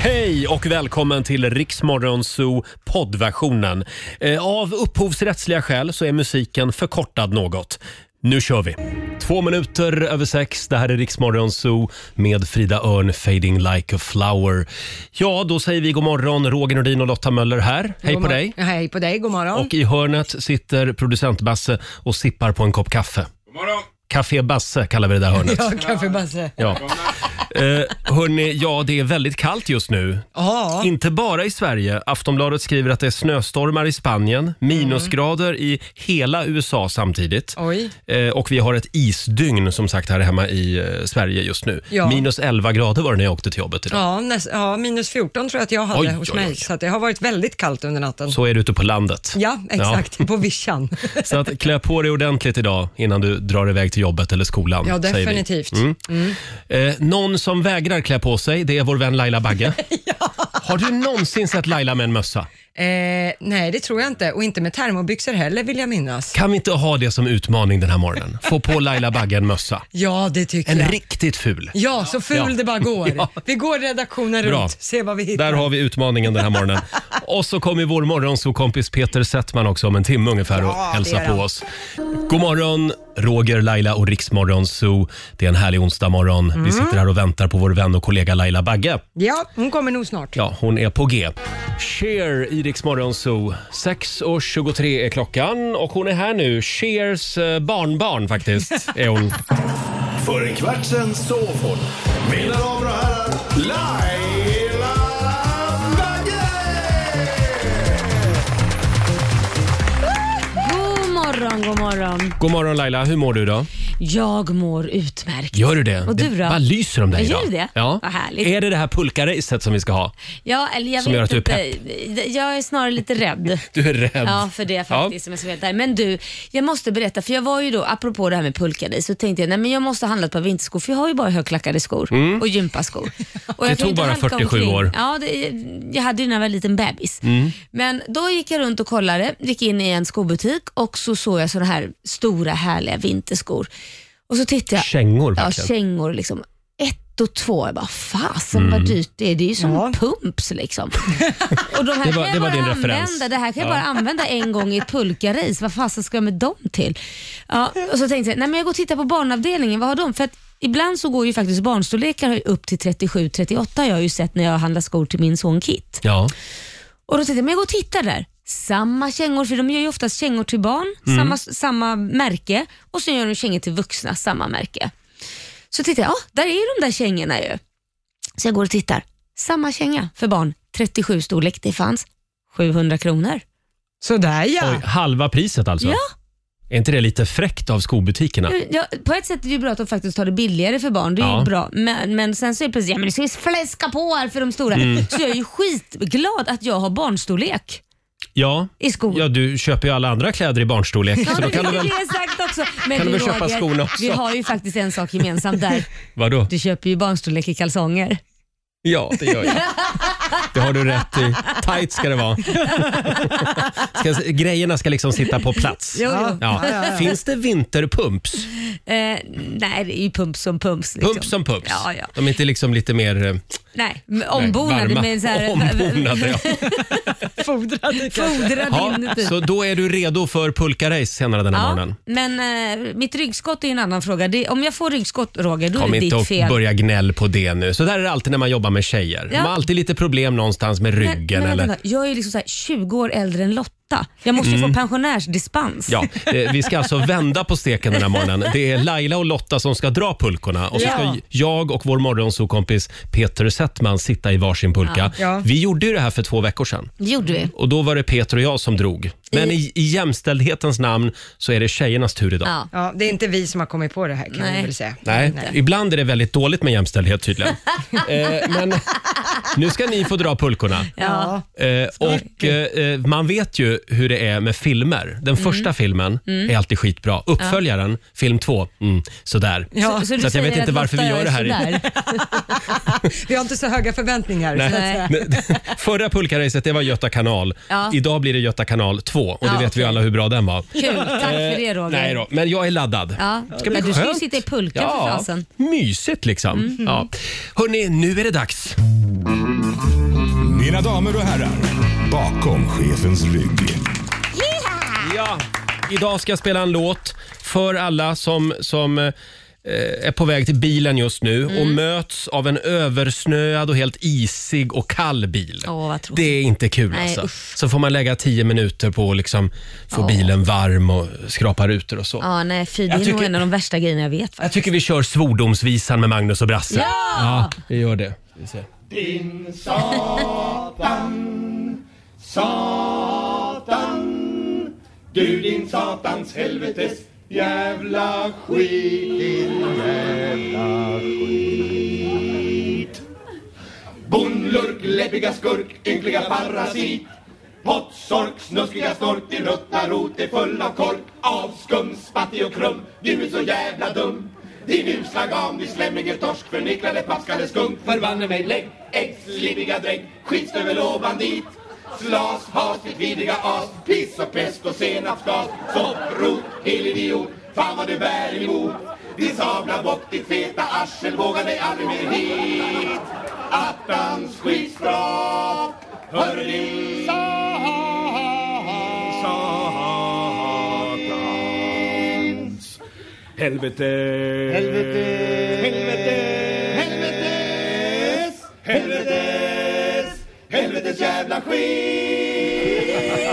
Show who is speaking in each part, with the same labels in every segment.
Speaker 1: Hej och välkommen till Riksmorgon Zoo poddversionen. Av upphovsrättsliga skäl så är musiken förkortad något. Nu kör vi. 6:02. Det här är Riksmorgon Zoo med Frida Örn, Fading Like a Flower. Ja, då säger vi god morgon. Roger Nordin och Lotta Möller här. Hej på dig.
Speaker 2: Hej på dig, god morgon.
Speaker 1: Och i hörnet sitter producent Basse och sippar på en kopp kaffe.
Speaker 3: God morgon.
Speaker 1: Café Basse kallar vi det där hörnet.
Speaker 2: Ja, Café Basse.
Speaker 1: Ja. Hörrni, ja det är väldigt kallt just nu.
Speaker 2: Ja.
Speaker 1: Inte bara i Sverige. Aftonbladet skriver att det är snöstormar i Spanien, minusgrader i hela USA samtidigt.
Speaker 2: Oj.
Speaker 1: Och vi har ett isdygn som sagt här hemma i Sverige just nu.
Speaker 2: Ja.
Speaker 1: Minus 11 grader var det när jag åkte till jobbet idag.
Speaker 2: Ja, minus 14 tror jag att jag hade hos mig. Så att det har varit väldigt kallt under natten.
Speaker 1: Så är det ute på landet.
Speaker 2: Ja, exakt. På vischan.
Speaker 1: Så att klä på dig ordentligt idag innan du drar iväg till jobbet eller skolan.
Speaker 2: Ja, definitivt.
Speaker 1: Någon som vägrar klä på sig, det är vår vän Laila Bagge.
Speaker 2: Ja.
Speaker 1: Har du någonsin sett Laila med en mössa?
Speaker 2: Nej, det tror jag inte. Och inte med termobyxor heller, vill jag minnas.
Speaker 1: Kan vi inte ha det som utmaning den här morgonen? Få på Laila Bagge en mössa.
Speaker 2: Ja, det tycker jag.
Speaker 1: En riktigt ful.
Speaker 2: Ja, så ful det bara går.
Speaker 1: Ja.
Speaker 2: Vi går redaktionen
Speaker 1: Bra.
Speaker 2: runt, se vad vi hittar.
Speaker 1: Där har vi utmaningen den här morgonen. Och så kommer vår morgonsokompis Peter Settman också om en timme ungefär och hälsa på oss. God morgon, Roger, Laila och Riksmorgonso. Det är en härlig onsdag morgon. Vi sitter här och väntar på vår vän och kollega Laila Bagge.
Speaker 2: Ja, hon kommer nog snart.
Speaker 1: Ja, hon är på G. Cher i Riksmorgonso. 6:23 är klockan och hon är här nu. Chers barnbarn faktiskt är hon.
Speaker 3: För en kvart sen sov hon. Mina damer och herrar, Laila Bagge!
Speaker 4: God morgon, god morgon.
Speaker 1: God morgon Laila, hur mår du då?
Speaker 4: Jag mår utmärkt.
Speaker 1: Gör du det?
Speaker 4: Och du då?
Speaker 1: Det bara lyser om dig idag.
Speaker 4: Gör du det?
Speaker 1: Ja.
Speaker 4: Vad härligt.
Speaker 1: Är det här pulkaracet som vi ska ha?
Speaker 4: Ja, eller jag
Speaker 1: Som gör
Speaker 4: vet
Speaker 1: att du är
Speaker 4: inte. Jag är snarare lite rädd.
Speaker 1: Du är rädd?
Speaker 4: Ja, för det faktiskt som jag ska veta där. Men du, jag måste berätta, för jag var ju då, apropå det här med pulkarace, så tänkte jag, nej men jag måste handla ett par vinterskor, för jag har ju bara högklackade skor och gympaskor. Och
Speaker 1: Det
Speaker 4: jag kan
Speaker 1: tog
Speaker 4: inte
Speaker 1: bara
Speaker 4: halka
Speaker 1: 47
Speaker 4: omkring.
Speaker 1: år.
Speaker 4: Ja, jag hade ju när jag var en liten bebis. Men då gick jag runt och kollade, gick in i en skobutik och så såg jag sådana här stora härliga vinterskor. Och så tittade jag.
Speaker 1: Kängor
Speaker 4: Ja,
Speaker 1: verkligen.
Speaker 4: kängor liksom. 1 och 2. Jag bara, fasen vad dyrt det är. Det är ju som pumps liksom. Och de här
Speaker 1: Det var
Speaker 4: kan jag bara
Speaker 1: din
Speaker 4: använda.
Speaker 1: referens.
Speaker 4: Det här kan jag bara använda en gång i ett pulkarace. Vad fasen ska jag med dem till? Ja, och så tänkte jag, nej men jag går och tittar på barnavdelningen. Vad har de? För att ibland så går ju faktiskt barnstorlekar upp till 37-38 har jag ju sett när jag handlar skor till min son Kit.
Speaker 1: Ja.
Speaker 4: Och då tänkte jag, men jag går och tittar där. Samma kängor, för de gör ju oftast kängor till barn, samma märke, och så gör de kängor till vuxna, samma märke. Så tittar jag, där är de där kängorna ju. Så jag går och tittar. Samma känga för barn, 37 storlek, det fanns 700 kronor.
Speaker 2: Sådär ja.
Speaker 1: Oj, halva priset alltså?
Speaker 4: Ja.
Speaker 1: Är inte det lite fräckt av skobutikerna?
Speaker 4: Ja, på ett sätt är det ju bra att de faktiskt tar det billigare för barn. Det är ju bra. Men sen så är det plötsligt, men det ska vi fläska på här för de stora. Så jag är ju skitglad att jag har barnstorlek.
Speaker 1: Ja.
Speaker 4: I skor.
Speaker 1: Ja, du köper ju alla andra kläder i barnstorlek.
Speaker 4: Ja,
Speaker 1: så då kan du väl...
Speaker 4: det är sagt också. Men
Speaker 1: kan du väl
Speaker 4: Roger,
Speaker 1: köpa skorna också?
Speaker 4: Vi har ju faktiskt en sak gemensamt där.
Speaker 1: Vadå?
Speaker 4: Du köper ju barnstorlek i kalsonger.
Speaker 1: Ja, det gör jag. Det har du rätt i. Tight ska det vara. Grejerna ska liksom sitta på plats.
Speaker 4: Jo.
Speaker 1: Ja. Finns det vinterpumps?
Speaker 4: Nej, det är ju pumps som pumps. Liksom.
Speaker 1: Pumps som pumps?
Speaker 4: Ja, ja.
Speaker 1: De är inte liksom lite mer...
Speaker 4: Nej, ombonade
Speaker 1: varma.
Speaker 4: med så här...
Speaker 1: Ombonade, ja.
Speaker 4: Fodrade in typ.
Speaker 1: Så då är du redo för pulkarace senare den här morgonen?
Speaker 4: Men mitt ryggskott är en annan fråga. Om jag får ryggskott, Roger, då
Speaker 1: Kom
Speaker 4: är det
Speaker 1: inte
Speaker 4: ditt
Speaker 1: och
Speaker 4: fel.
Speaker 1: börja gnäll på det nu. Så där är det alltid när man jobbar med tjejer. De har alltid lite problem någonstans med ryggen.
Speaker 4: Men,
Speaker 1: eller...
Speaker 4: vänta, jag är liksom så här 20 år äldre än Lotta. Jag måste ju få pensionärsdispens.
Speaker 1: Ja, vi ska alltså vända på steken den här morgonen. Det är Laila och Lotta som ska dra pulkorna och så ska jag och vår morgonsokompis Peter Settman sitta i varsin pulka.
Speaker 2: Ja.
Speaker 1: Vi gjorde ju det här för 2 veckor sedan.
Speaker 4: Det gjorde vi.
Speaker 1: Och då var det Peter och jag som drog. Men i jämställdhetens namn så är det tjejernas tur idag.
Speaker 4: Ja.
Speaker 2: Ja, det är inte vi som har kommit på det här, kan vi väl säga.
Speaker 1: Nej, ibland är det väldigt dåligt med jämställdhet tydligen. Men nu ska ni få dra pulkorna.
Speaker 4: Ja.
Speaker 1: Man vet ju hur det är med filmer. Den första filmen är alltid skitbra. Uppföljaren, film 2, sådär.
Speaker 2: Ja.
Speaker 1: Så att jag vet inte varför vi gör det här.
Speaker 2: Vi har inte så höga förväntningar.
Speaker 1: Nej. Förra pulkaracet, det var Göta kanal.
Speaker 4: Ja.
Speaker 1: Idag blir det Göta kanal 2 och det vet vi alla hur bra den var.
Speaker 4: Kul, tack för det Roger.
Speaker 1: Nej då, men jag är laddad.
Speaker 4: Ja.
Speaker 1: Ska bli
Speaker 4: Du ska ju
Speaker 1: skönt.
Speaker 4: sitta i pulka för fasen.
Speaker 1: Mysigt liksom. Ja. Hörrni, nu är det dags.
Speaker 3: Mina damer och herrar, bakom chefens rygg.
Speaker 1: Ja, idag ska jag spela en låt för alla som är på väg till bilen just nu och möts av en översnöad och helt isig och kall bil. Det är inte kul. Nej, alltså. Så får man lägga 10 minuter på att liksom få bilen varm och skrapa rutor och så.
Speaker 4: Ja, nej, det är nog en av de värsta grejerna jag vet. Faktiskt.
Speaker 1: Jag tycker vi kör svordomsvisan med Magnus och Brasse. Ja, vi gör det. Vi ser.
Speaker 3: Din Satan, du din satans helvetes jävla skit, Bondlurk, läppiga skurk, ynkliga parasit, pottsork, snuskiga snork, din ruttna rot är full av kork, avskum, spattig och krum, du är så jävla dum. Din usla gam, din slämmige torsk, förnicklade paskade skunk, förbanne mig lägg, äggsliviga drägg, skitstövel bandit. Slas, has, ditt vidriga as, piss och pest och senapsgas, sopprot, helidiot, fan vad du bär emot. Din sabla bock, ditt feta arsel, vågar dig aldrig mer hit. Attans skitstrap, hör din satans helvete, helvete, helvete, helvetes, helvetes, helvetes jävla skit.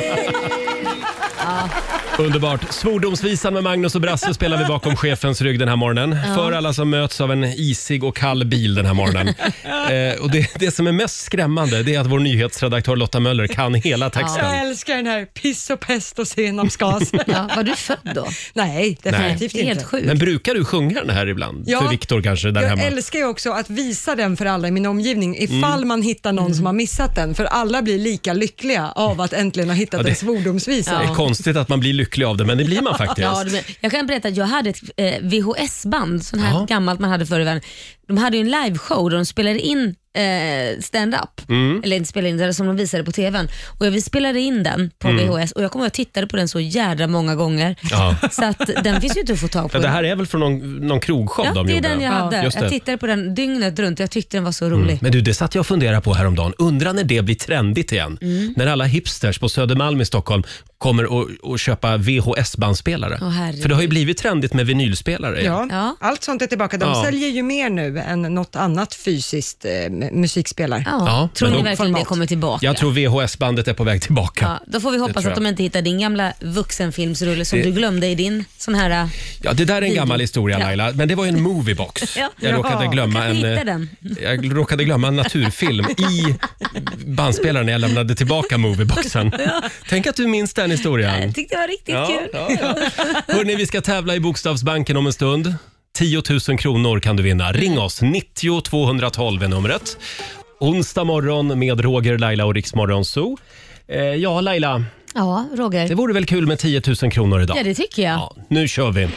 Speaker 1: Underbart. Svordomsvisan med Magnus och Brasse spelar vi bakom chefens rygg den här morgonen. För alla som möts av en isig och kall bil den här morgonen. Och det som är mest skrämmande, det är att vår nyhetsredaktör Lotta Möller kan hela texten.
Speaker 2: Jag älskar den här piss och pest och senapsgas.
Speaker 4: Var du född då?
Speaker 2: Nej, definitivt inte.
Speaker 4: Helt sjukt.
Speaker 1: Men brukar du sjunga den här ibland? För Viktor kanske där hemma.
Speaker 2: Jag älskar ju också att visa den för alla i min omgivning ifall man hittar någon som har missat den. För alla blir lika lyckliga av att äntligen ha hittat en svordomsvisa.
Speaker 1: Det är konstigt att man blir lycklig av det, men det blir man faktiskt.
Speaker 4: Jag kan berätta att jag hade ett VHS-band, sån här gammalt man hade förr i världen. De hade ju en liveshow där de spelade in stand-up. Eller inte spelade in det som de visade på tvn. Och vi spelade in den på VHS och jag kommer att tittade på den så jädra många gånger. Så att den finns ju inte att få tag på.
Speaker 1: Det här är väl från någon krogshow de gjorde?
Speaker 4: Ja, det är den jag hade. Jag tittade på den dygnet runt. Jag tyckte den var så rolig.
Speaker 1: Men du, det satt jag och funderade på häromdagen. Undrar när det blir trendigt igen. När alla hipsters på Södermalm i Stockholm kommer och köpa VHS-bandspelare. För det har ju blivit trendigt med vinylspelare.
Speaker 2: Ja, allt sånt är tillbaka. De säljer ju mer nu än något annat fysiskt musikspelare.
Speaker 4: Tror ni verkligen det kommer tillbaka?
Speaker 1: Jag tror VHS-bandet är på väg tillbaka.
Speaker 4: Då får vi hoppas att de inte hittar din gamla vuxenfilmsrulle som du glömde i din sån här...
Speaker 1: Ja, det där är en gammal historia, Laila. Men det var ju en moviebox. Jag råkade glömma en naturfilm i bandspelaren när jag lämnade tillbaka movieboxen. Tänk att du minns den historien.
Speaker 4: Jag tyckte det var riktigt kul.
Speaker 1: Hörrni, vi ska tävla i Bokstavsbanken om en stund. 10 000 kronor kan du vinna. Ring oss, 90 212 är numret. Onsdag morgon med Roger, Laila och Riksmorgon Zoo. Ja, Laila.
Speaker 4: Ja, Roger.
Speaker 1: Det vore väl kul med 10 000 kronor idag?
Speaker 4: Ja, det tycker jag.
Speaker 1: Ja, nu kör vi.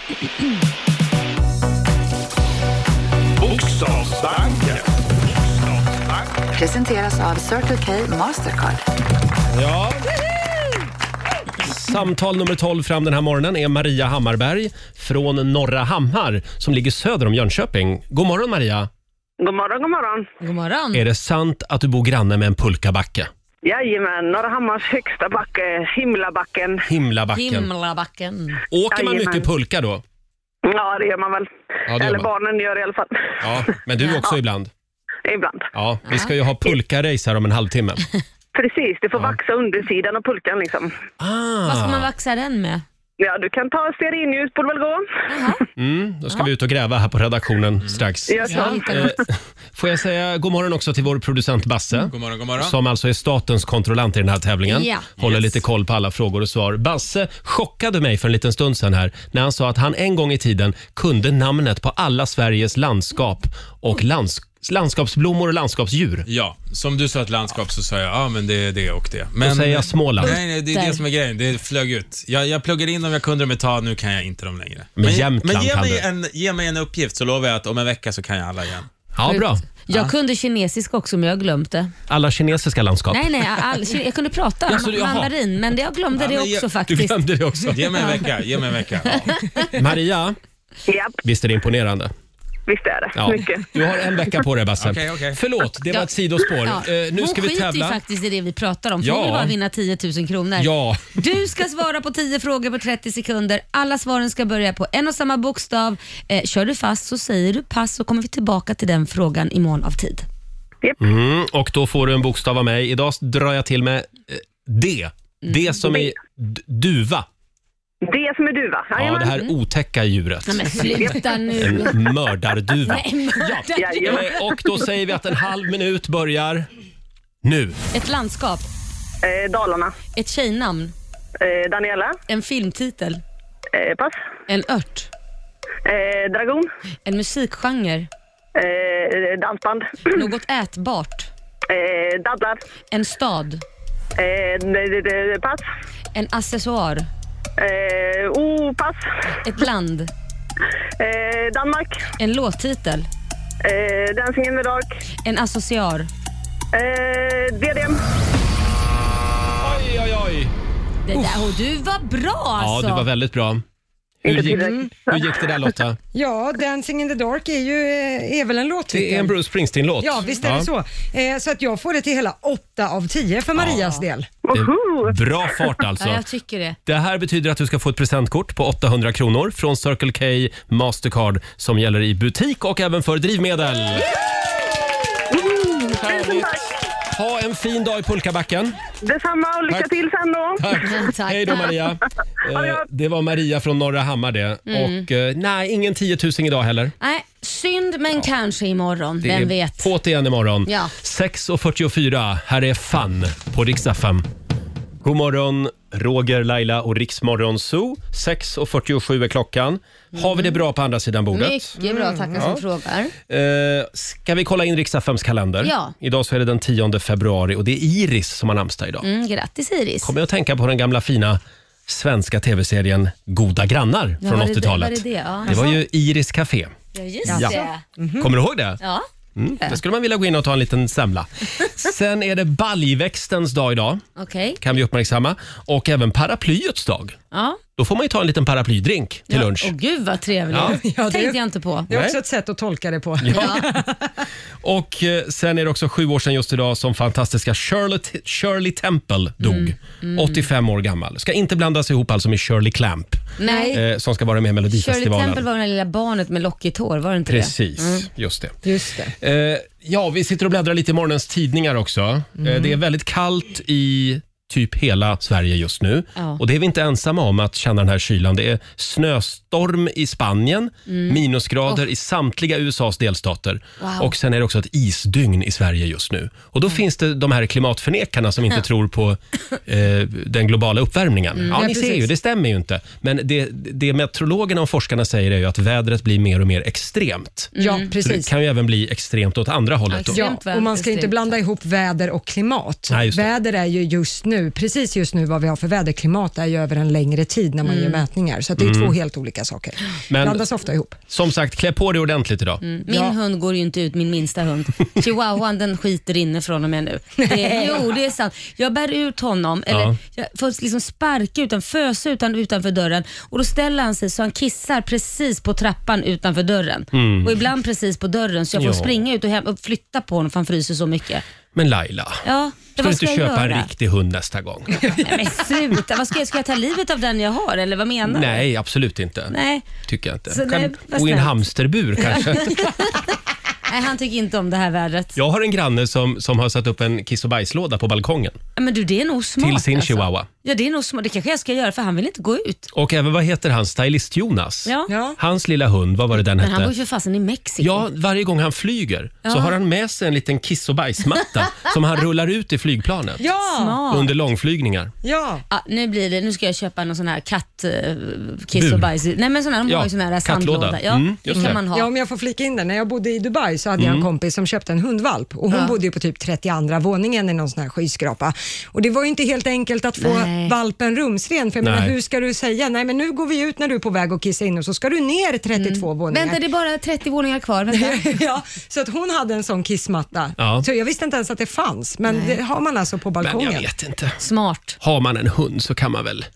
Speaker 3: Bokstavsbanken.
Speaker 5: Presenteras av Circle K Mastercard.
Speaker 1: Ja. Samtal nummer 12 fram den här morgonen är Maria Hammarberg från Norra Hammar som ligger söder om Jönköping. God morgon, Maria.
Speaker 6: God morgon, god morgon.
Speaker 4: God morgon.
Speaker 1: Är det sant att du bor granne med en pulkabacke?
Speaker 6: Jajamän, Norra Hammars högsta backe, Himlabacken.
Speaker 4: Himlabacken.
Speaker 1: Åker man mycket pulka då?
Speaker 6: Ja, det gör man väl.
Speaker 1: Ja, det gör
Speaker 6: Eller
Speaker 1: man.
Speaker 6: barnen gör det i alla fall.
Speaker 1: Ja, men du också ibland?
Speaker 6: Ibland.
Speaker 1: Ja, vi ska ju ha pulka-race här om en halvtimme.
Speaker 6: Precis, du får vaxa undersidan av pulkan liksom.
Speaker 4: Vad ska man vaxa den med?
Speaker 6: Ja, du kan ta stearinljus på det väl gå.
Speaker 1: Då ska vi ut och gräva här på redaktionen strax. Får jag säga god morgon också till vår producent Basse.
Speaker 7: God morgon, god morgon.
Speaker 1: Som alltså är statens kontrollant i den här tävlingen.
Speaker 4: Ja.
Speaker 1: Håller lite koll på alla frågor och svar. Basse chockade mig för en liten stund sedan här när han sa att han en gång i tiden kunde namnet på alla Sveriges landskap och landskapsblommor och landskapsdjur.
Speaker 7: Ja, som du sa ett landskap så sa jag, men det är det och det. Men
Speaker 1: då säger jag Småland.
Speaker 7: Nej, det är det som är grejen. Det flög ut. Jag pluggade in dem, jag kunde dem ett tag, nu kan jag inte dem längre.
Speaker 1: Men Jämtland
Speaker 7: ge mig en uppgift så lovar jag att om en vecka så kan jag alla igen.
Speaker 1: Ja, bra.
Speaker 4: Jag kunde kinesisk också, men jag glömt det.
Speaker 1: Alla kinesiska landskap?
Speaker 4: Nej, jag kunde prata mandarin, men jag glömde det också faktiskt.
Speaker 1: Du glömde det också?
Speaker 7: Ge mig en vecka. Ja.
Speaker 1: Maria,
Speaker 6: Japp.
Speaker 1: visst är det imponerande?
Speaker 6: visst är det.
Speaker 1: Ja.
Speaker 6: Mycket.
Speaker 1: Du har en vecka på dig, Basse.
Speaker 7: Okej.
Speaker 1: Förlåt, det var ett sidospår.
Speaker 4: Ja.
Speaker 1: Nu ska vi
Speaker 4: Hon skiter
Speaker 1: tävla.
Speaker 4: ju faktiskt i det vi pratar om.
Speaker 1: Ja.
Speaker 4: Hon vill bara vinna 10 000 kronor.
Speaker 1: Ja.
Speaker 4: Du ska svara på 10 frågor på 30 sekunder. Alla svaren ska börja på en och samma bokstav. Kör du fast så säger du pass, så kommer vi tillbaka till den frågan i mån av tid.
Speaker 1: Och då får du en bokstav av mig. Idag drar jag till med D. D som är duva.
Speaker 6: Det som är duva.
Speaker 1: Ja, det här otäcka djuret.
Speaker 4: Nej, men sluta nu.
Speaker 1: En mördarduva.
Speaker 4: Nej,
Speaker 6: Jajamän.
Speaker 1: Och då säger vi att en halv minut börjar nu.
Speaker 4: Ett landskap.
Speaker 6: Dalarna.
Speaker 4: Ett tjejnamn.
Speaker 6: Daniela.
Speaker 4: En filmtitel.
Speaker 6: Pass.
Speaker 4: En ört.
Speaker 6: Dragon.
Speaker 4: En musikgenre.
Speaker 6: Dansband.
Speaker 4: Något ätbart.
Speaker 6: Dadlar.
Speaker 4: En stad.
Speaker 6: Pass.
Speaker 4: En accessoar.
Speaker 6: Pass.
Speaker 4: Ett land.
Speaker 6: Danmark.
Speaker 4: En låttitel.
Speaker 6: Dancing in the dark.
Speaker 4: En associar.
Speaker 6: DDM.
Speaker 1: Oj.
Speaker 4: Det där, och du var bra alltså.
Speaker 1: Ja, du var väldigt bra. Hur gick det där, Lotta?
Speaker 2: Ja, Dancing in the dark är väl en låt.
Speaker 1: Det är en Bruce Springsteen-låt.
Speaker 2: Ja, visst är det så. Så att jag får det till hela 8 av 10 för Marias del.
Speaker 1: Det är bra fart alltså.
Speaker 4: Ja, jag tycker det.
Speaker 1: Det här betyder att du ska få ett presentkort på 800 kronor från Circle K Mastercard som gäller i butik och även för drivmedel. Härligt. Ha en fin dag i pulkabacken.
Speaker 6: Detsamma och lycka till sen då.
Speaker 1: Tack. Hej då, Maria. Det var Maria från Norra Hammar det. Och nej, ingen 10 000 idag heller.
Speaker 4: Nej, synd men kanske imorgon. Vem vet?
Speaker 1: På't igen imorgon.
Speaker 4: Ja.
Speaker 1: 6:44. Här är Fun på Rix FM. God morgon, Roger, Laila och Riksmorgon Zoo. 6:47 är klockan. Har vi det bra på andra sidan bordet?
Speaker 4: Mycket bra, tackar som frågar.
Speaker 1: Ska vi kolla in Rix FMs kalender?
Speaker 4: Ja.
Speaker 1: Idag så är det den 10 februari och det är Iris som har namnsdag idag.
Speaker 4: Grattis Iris.
Speaker 1: Kommer jag att tänka på den gamla fina svenska tv-serien Goda grannar från 80-talet.
Speaker 4: Var det? Ja.
Speaker 1: Det var ju Iris Café.
Speaker 4: Ja, just det.
Speaker 1: Kommer du ihåg det?
Speaker 4: Ja.
Speaker 1: Det skulle man vilja gå in och ta en liten semla. Sen är det baljväxtens dag idag.
Speaker 4: Okej.
Speaker 1: Kan vi uppmärksamma. Och även paraplyets dag.
Speaker 4: Ja.
Speaker 1: Då får man ju ta en liten paraplydrink till lunch.
Speaker 4: Åh gud vad trevligt.
Speaker 2: Ja,
Speaker 4: Tänkte jag inte på.
Speaker 2: Det är också ett sätt att tolka det på.
Speaker 4: Ja.
Speaker 1: Och sen är det också 7 år sedan just idag som fantastiska Shirley Temple dog. 85 år gammal. Ska inte blandas ihop alltså med Shirley Clamp.
Speaker 4: Nej.
Speaker 1: Som ska vara med i Melodifestivalen.
Speaker 4: Shirley Temple var det lilla barnet med lockigt hår, var det inte
Speaker 1: Precis, just det.
Speaker 2: Just det.
Speaker 1: Ja, vi sitter och bläddrar lite i morgonens tidningar också. Det är väldigt kallt i typ hela Sverige just nu.
Speaker 4: Ja.
Speaker 1: Och det är vi inte ensamma om att känna den här kylan. Det är snöstorm i Spanien, minusgrader i samtliga USAs delstater.
Speaker 4: Wow.
Speaker 1: Och sen är det också ett isdygn i Sverige just nu. Och då finns det de här klimatförnekarna som inte tror på den globala uppvärmningen. Ja, ni ser ju, det stämmer ju inte. Men det meteorologerna och forskarna säger är ju att vädret blir mer och mer extremt.
Speaker 2: Ja,
Speaker 1: Så det
Speaker 2: precis.
Speaker 1: kan ju även bli extremt åt andra hållet då.
Speaker 2: Ja, och man ska inte blanda ihop väder och klimat.
Speaker 1: Nej, just det.
Speaker 2: Väder är ju just nu, precis just nu vad vi har för väderklimat är ju över en längre tid när man gör mätningar. Så att det är 2 helt olika saker.
Speaker 1: Men-
Speaker 2: Blandas ofta ihop.
Speaker 1: Som sagt, klä på dig ordentligt idag.
Speaker 4: Min hund går ju inte ut, min minsta hund. Chihuahuan, den skiter inne från och med nu. Jo, det är sant. Jag bär ut honom, eller jag får liksom sparka fösa utanför dörren och då ställer han sig så han kissar precis på trappan utanför dörren. Och ibland precis på dörren så jag får springa ut och flytta på honom för han fryser så mycket.
Speaker 1: Men Laila,
Speaker 4: Ja,
Speaker 1: ska du inte köpa en riktig hund nästa gång?
Speaker 4: Nej, men sluta, vad ska jag ta livet av den jag har eller vad menar du?
Speaker 1: Nej, absolut inte.
Speaker 4: Nej.
Speaker 1: Tycker jag inte.
Speaker 4: Så nej,
Speaker 1: Kan
Speaker 4: vad
Speaker 1: bo i en
Speaker 4: snällt.
Speaker 1: hamsterbur kanske.
Speaker 4: Nej, han tycker inte om det här vädret.
Speaker 1: Jag har en granne som har satt upp en kiss- och bajslåda på balkongen.
Speaker 4: Ja, men du, det är nog smart.
Speaker 1: Till sin
Speaker 4: alltså.
Speaker 1: chihuahua.
Speaker 4: Ja, det är nog smart. Det kanske jag ska göra för han vill inte gå ut.
Speaker 1: Och även, vad heter han? Stylist Jonas.
Speaker 4: Ja.
Speaker 2: Ja.
Speaker 1: Hans lilla hund, vad var det den
Speaker 4: Men han bor
Speaker 1: hette?
Speaker 4: ju för fasen i Mexiko.
Speaker 1: Ja, varje gång han flyger så har han med sig en liten kiss- och bajsmatta som han rullar ut i flygplanet.
Speaker 2: Ja!
Speaker 4: Smart.
Speaker 1: Under långflygningar.
Speaker 2: Ja!
Speaker 4: Ja, nu ska jag köpa någon sån här kiss och bajs. Nej, men sån här, de har ju sån här
Speaker 1: kattlåda.
Speaker 4: sandlåda. Ja,
Speaker 1: Just
Speaker 4: det
Speaker 1: det.
Speaker 4: kan man ha.
Speaker 2: Ja, om jag får flika in där. När jag bodde i Dubai så hade jag en kompis som köpte en hundvalp och hon bodde ju på typ 32 våningen i någon sån här skyskrapa. Och det var ju inte helt enkelt att få valpen rumsren, för jag menar, hur ska du säga? Nej, men nu går vi ut när du är på väg att kissa in och så ska du ner 32 våningar.
Speaker 4: Vänta, det är bara 30 våningar kvar. Vänta.
Speaker 2: Ja, så att hon hade en sån kissmatta.
Speaker 1: Ja.
Speaker 2: Så jag visste inte ens att det fanns, men det har man alltså på
Speaker 1: Men
Speaker 2: balkongen.
Speaker 1: jag vet inte.
Speaker 4: Smart.
Speaker 1: Har man en hund så kan man väl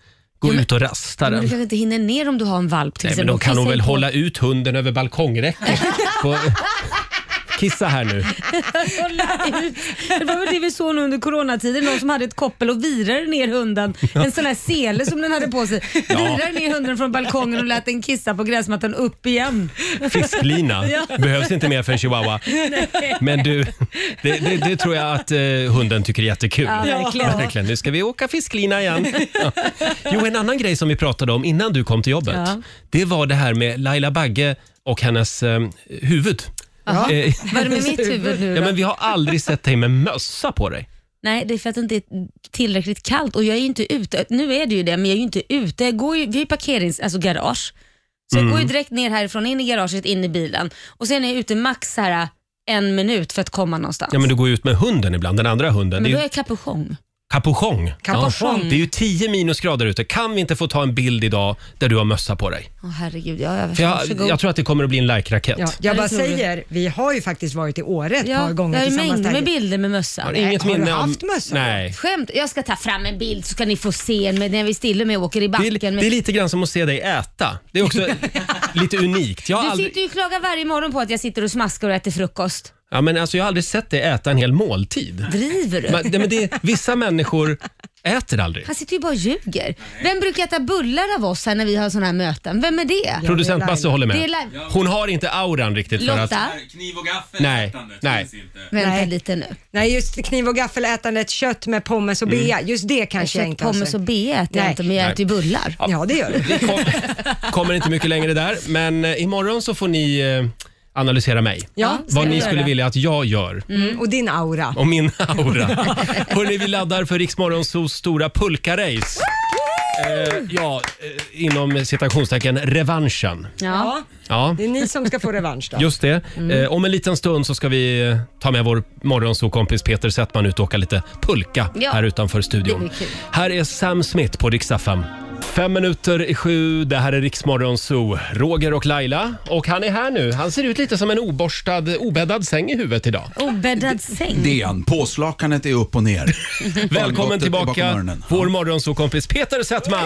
Speaker 1: gå ut och rasta
Speaker 4: Men
Speaker 1: den.
Speaker 4: du kanske inte hinner ner om du har en valp till
Speaker 1: Nej, men
Speaker 4: exempel.
Speaker 1: då kan hon väl
Speaker 4: Kissa
Speaker 1: hålla ut hunden över balkongräcket. Kissa här nu.
Speaker 4: Det var väl det vi såg nu under coronatiden. Någon som hade ett koppel och virade ner hunden. En sån här sele som den hade på sig. Virade ner hunden från balkongen och lät den kissa på gräsmattan upp igen.
Speaker 1: Fisklina. Behövs inte mer för en chihuahua. Men du, det tror jag att hunden tycker är jättekul.
Speaker 4: Ja, verkligen.
Speaker 1: Nu ska vi åka fisklina igen. Ja. Jo, en annan grej som vi pratade om innan du kom till jobbet. Ja. Det var det här med Laila Bagge och hennes huvud.
Speaker 4: Vad är det med mitt huvud nu då?
Speaker 1: Ja, men vi har aldrig sett dig med mössa på dig.
Speaker 4: Nej, det är för att det inte är tillräckligt kallt och jag är ju inte ute. Nu är det ju det, men jag är ju inte ute. Vi har ju garage. Så jag går ju direkt ner härifrån, in i garaget, in i bilen. Och sen är jag ute max här 1 minut för att komma någonstans.
Speaker 1: Ja, men du går ut med hunden ibland, den andra hunden.
Speaker 4: Men då är jag kapuschong.
Speaker 1: Kapuschong. Ja, det är ju 10 minusgrader ute. Kan vi inte få ta en bild idag där du har mössa på dig?
Speaker 4: Herregud,
Speaker 1: jag tror att det kommer att bli en like-raket.
Speaker 2: Ja, jag bara säger, vi har ju faktiskt varit i Åre ett par gånger
Speaker 4: jag
Speaker 2: tillsammans.
Speaker 4: Jag har mängder med bilder med mössa.
Speaker 1: Har inget minne
Speaker 2: du
Speaker 1: om...
Speaker 2: haft mössa?
Speaker 1: Nej.
Speaker 4: Skämt, jag ska ta fram en bild så ska ni få se när vi stilla med åker i backen.
Speaker 1: Det är lite grann som att se dig äta. Det är också lite unikt.
Speaker 4: Du sitter ju och klagar varje morgon på att jag sitter och smaskar och äter frukost.
Speaker 1: Ja, men alltså, jag har aldrig sett dig äta en hel måltid.
Speaker 4: Driver du?
Speaker 1: Men vissa människor äter aldrig.
Speaker 4: Han sitter ju bara och ljuger. Vem brukar äta bullar av oss här när vi har såna här möten? Vem är det?
Speaker 1: Producent Basse håller med.
Speaker 4: Det
Speaker 1: Hon har inte auran riktigt för
Speaker 4: Lotta?
Speaker 1: att...
Speaker 7: Kniv och gaffel ätandet finns inte.
Speaker 4: Vänta lite nu.
Speaker 2: Nej, just kniv och gaffelätandet, kött med pommes och bea. Just det kanske jag inte har
Speaker 4: pommes och bea äter jag inte, men jag äter ju bullar.
Speaker 2: Ja, det gör du.
Speaker 1: Vi kommer inte mycket längre där, men imorgon så får ni analysera mig.
Speaker 2: Ja,
Speaker 1: vad ni skulle vilja att jag gör.
Speaker 2: Och din aura.
Speaker 1: Och min aura. Hörrni, vi laddar för Rix Morgonzos stora pulka-race. Inom citationstecken revanschen.
Speaker 2: Ja, det är ni som ska få revansch då.
Speaker 1: Just det. Om en liten stund så ska vi ta med vår morgonsokompis Peter Settman ut och åka lite pulka här utanför studion. Här är Sam Smith på Rix FM. 6:05. Det här är Rix Morgonzoo. Roger och Laila. Och han är här nu. Han ser ut lite som en obäddad säng i huvudet idag.
Speaker 4: Obäddad säng?
Speaker 8: Det är han. Påslakanet är upp och ner.
Speaker 1: Välkommen tillbaka, vår morgonsokompis Peter Settman.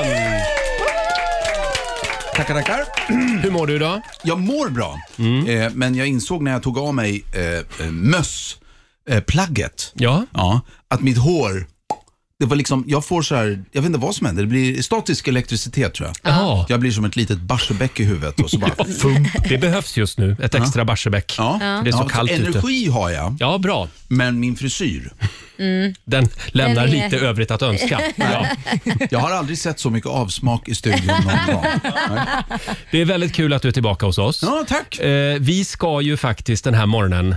Speaker 8: Tackar.
Speaker 1: Hur mår du idag?
Speaker 8: Jag mår bra. Men jag insåg när jag tog av mig plagget att mitt hår, det var liksom, jag får så här, jag vet inte vad som händer, det blir statisk elektricitet tror jag.
Speaker 1: Aha.
Speaker 8: Jag blir som ett litet Barsebäck i huvudet och så bara
Speaker 1: Det behövs just nu, ett extra Barsebäck.
Speaker 8: Ja.
Speaker 1: Det är så kallt ute.
Speaker 8: Energi har jag.
Speaker 1: Ja, bra.
Speaker 8: Men min frisyr,
Speaker 1: den lämnar lite övrigt att önska. Ja.
Speaker 8: Jag har aldrig sett så mycket avsmak i studion någon gång.
Speaker 1: Det är väldigt kul att du är tillbaka hos oss.
Speaker 8: Ja, tack.
Speaker 1: Vi ska ju faktiskt den här morgonen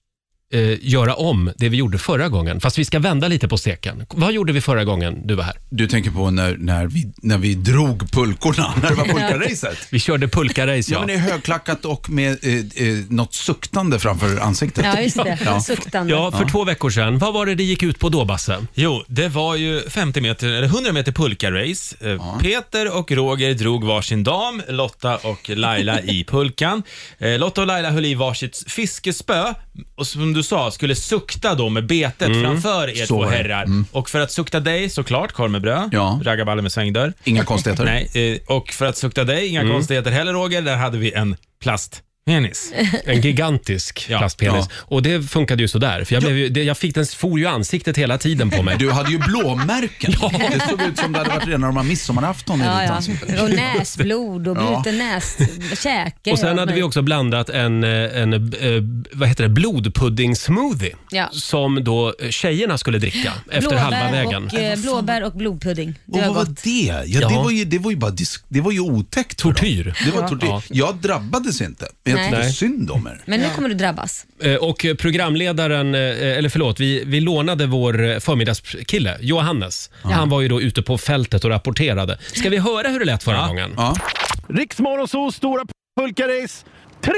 Speaker 1: göra om det vi gjorde förra gången. Fast vi ska vända lite på steken. Vad gjorde vi förra gången du var här?
Speaker 8: Du tänker på när vi drog pulkorna, när det var pulkaracet.
Speaker 1: Vi körde pulkarace,
Speaker 8: ja. Men det är högklackat och med något suktande framför ansiktet.
Speaker 4: Ja, just det. Suktande.
Speaker 1: Ja, för 2 veckor sedan. Vad var det gick ut på då, Basse?
Speaker 7: Jo, det var ju 100 meter pulkarace. Peter och Roger drog varsin dam, Lotta och Laila i pulkan. Lotta och Laila höll i varsitt fiskespö och som du sa, skulle sukta då med betet framför er två herrar. Och för att sukta dig, såklart, korv med bröd, raggarballe med svängdörr.
Speaker 8: Inga konstigheter.
Speaker 7: Nej, och för att sukta dig, inga konstigheter heller, Roger, där hade vi en plastpenis.
Speaker 1: En gigantisk plastpenis. Och det funkade ju sådär. För jag fick den for ju ansiktet hela tiden på mig.
Speaker 8: Du hade ju blåmärken. Det såg ut som det hade varit redan när de har midsommarafton i ditt ansikte.
Speaker 4: Och näsblod och bruten näskäke.
Speaker 1: Och sen hade vi också blandat en vad heter det, blodpudding-smoothie som då tjejerna skulle dricka efter halva vägen.
Speaker 4: Blåbär och blodpudding.
Speaker 8: Och vad var det? Ja, det var ju otäckt.
Speaker 1: Tortyr.
Speaker 8: Det var tortyr.
Speaker 1: Ja.
Speaker 8: Jag drabbades inte. Men jag tyckte synd om er.
Speaker 4: Men nu kommer du drabbas.
Speaker 1: Och programledaren, eller förlåt, vi lånade vår förmiddagskille, Johannes. Han var ju då ute på fältet och rapporterade. Ska vi höra hur det lät förra gången?
Speaker 8: Ja.
Speaker 9: Rix Morgonzoo stora pulkarace. 3,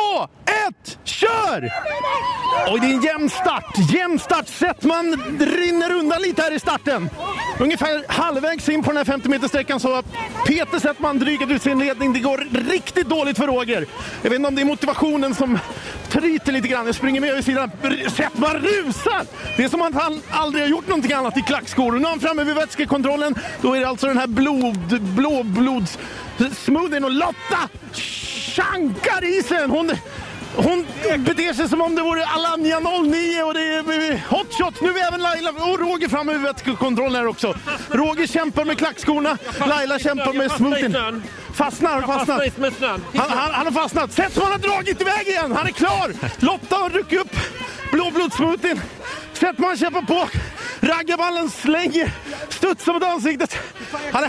Speaker 9: 2, 1, kör! Och det är en jämn start. Settman rinner undan lite här i starten. Ungefär halvvägs in på den här 50 meter sträckan så Peter Settman drygat ut sin ledning. Det går riktigt dåligt för Roger. Jag vet inte om det är motivationen som tryter lite grann. Jag springer med över sidan. Settman rusar! Det är som att han aldrig har gjort någonting annat i klackskor. Och nu är han framme vid vätskekontrollen. Då är det alltså den här blåblodssmoothien och Lotta chankar i sig. Hon beter sig som om det vore Alanya 09 och det är hot shot. Nu är även Laila och Roger framme vid vätskekontrollen här också. Roger kämpar med klackskorna. Laila kämpar med smoothien. Fastnar. Han har fastnat. Settman har dragit iväg igen. Han är klar. Lotta har ryckt upp blåblodssmoothien. Settman kämpar på. Raggarballen slänger. Studsar mot ansiktet. Han är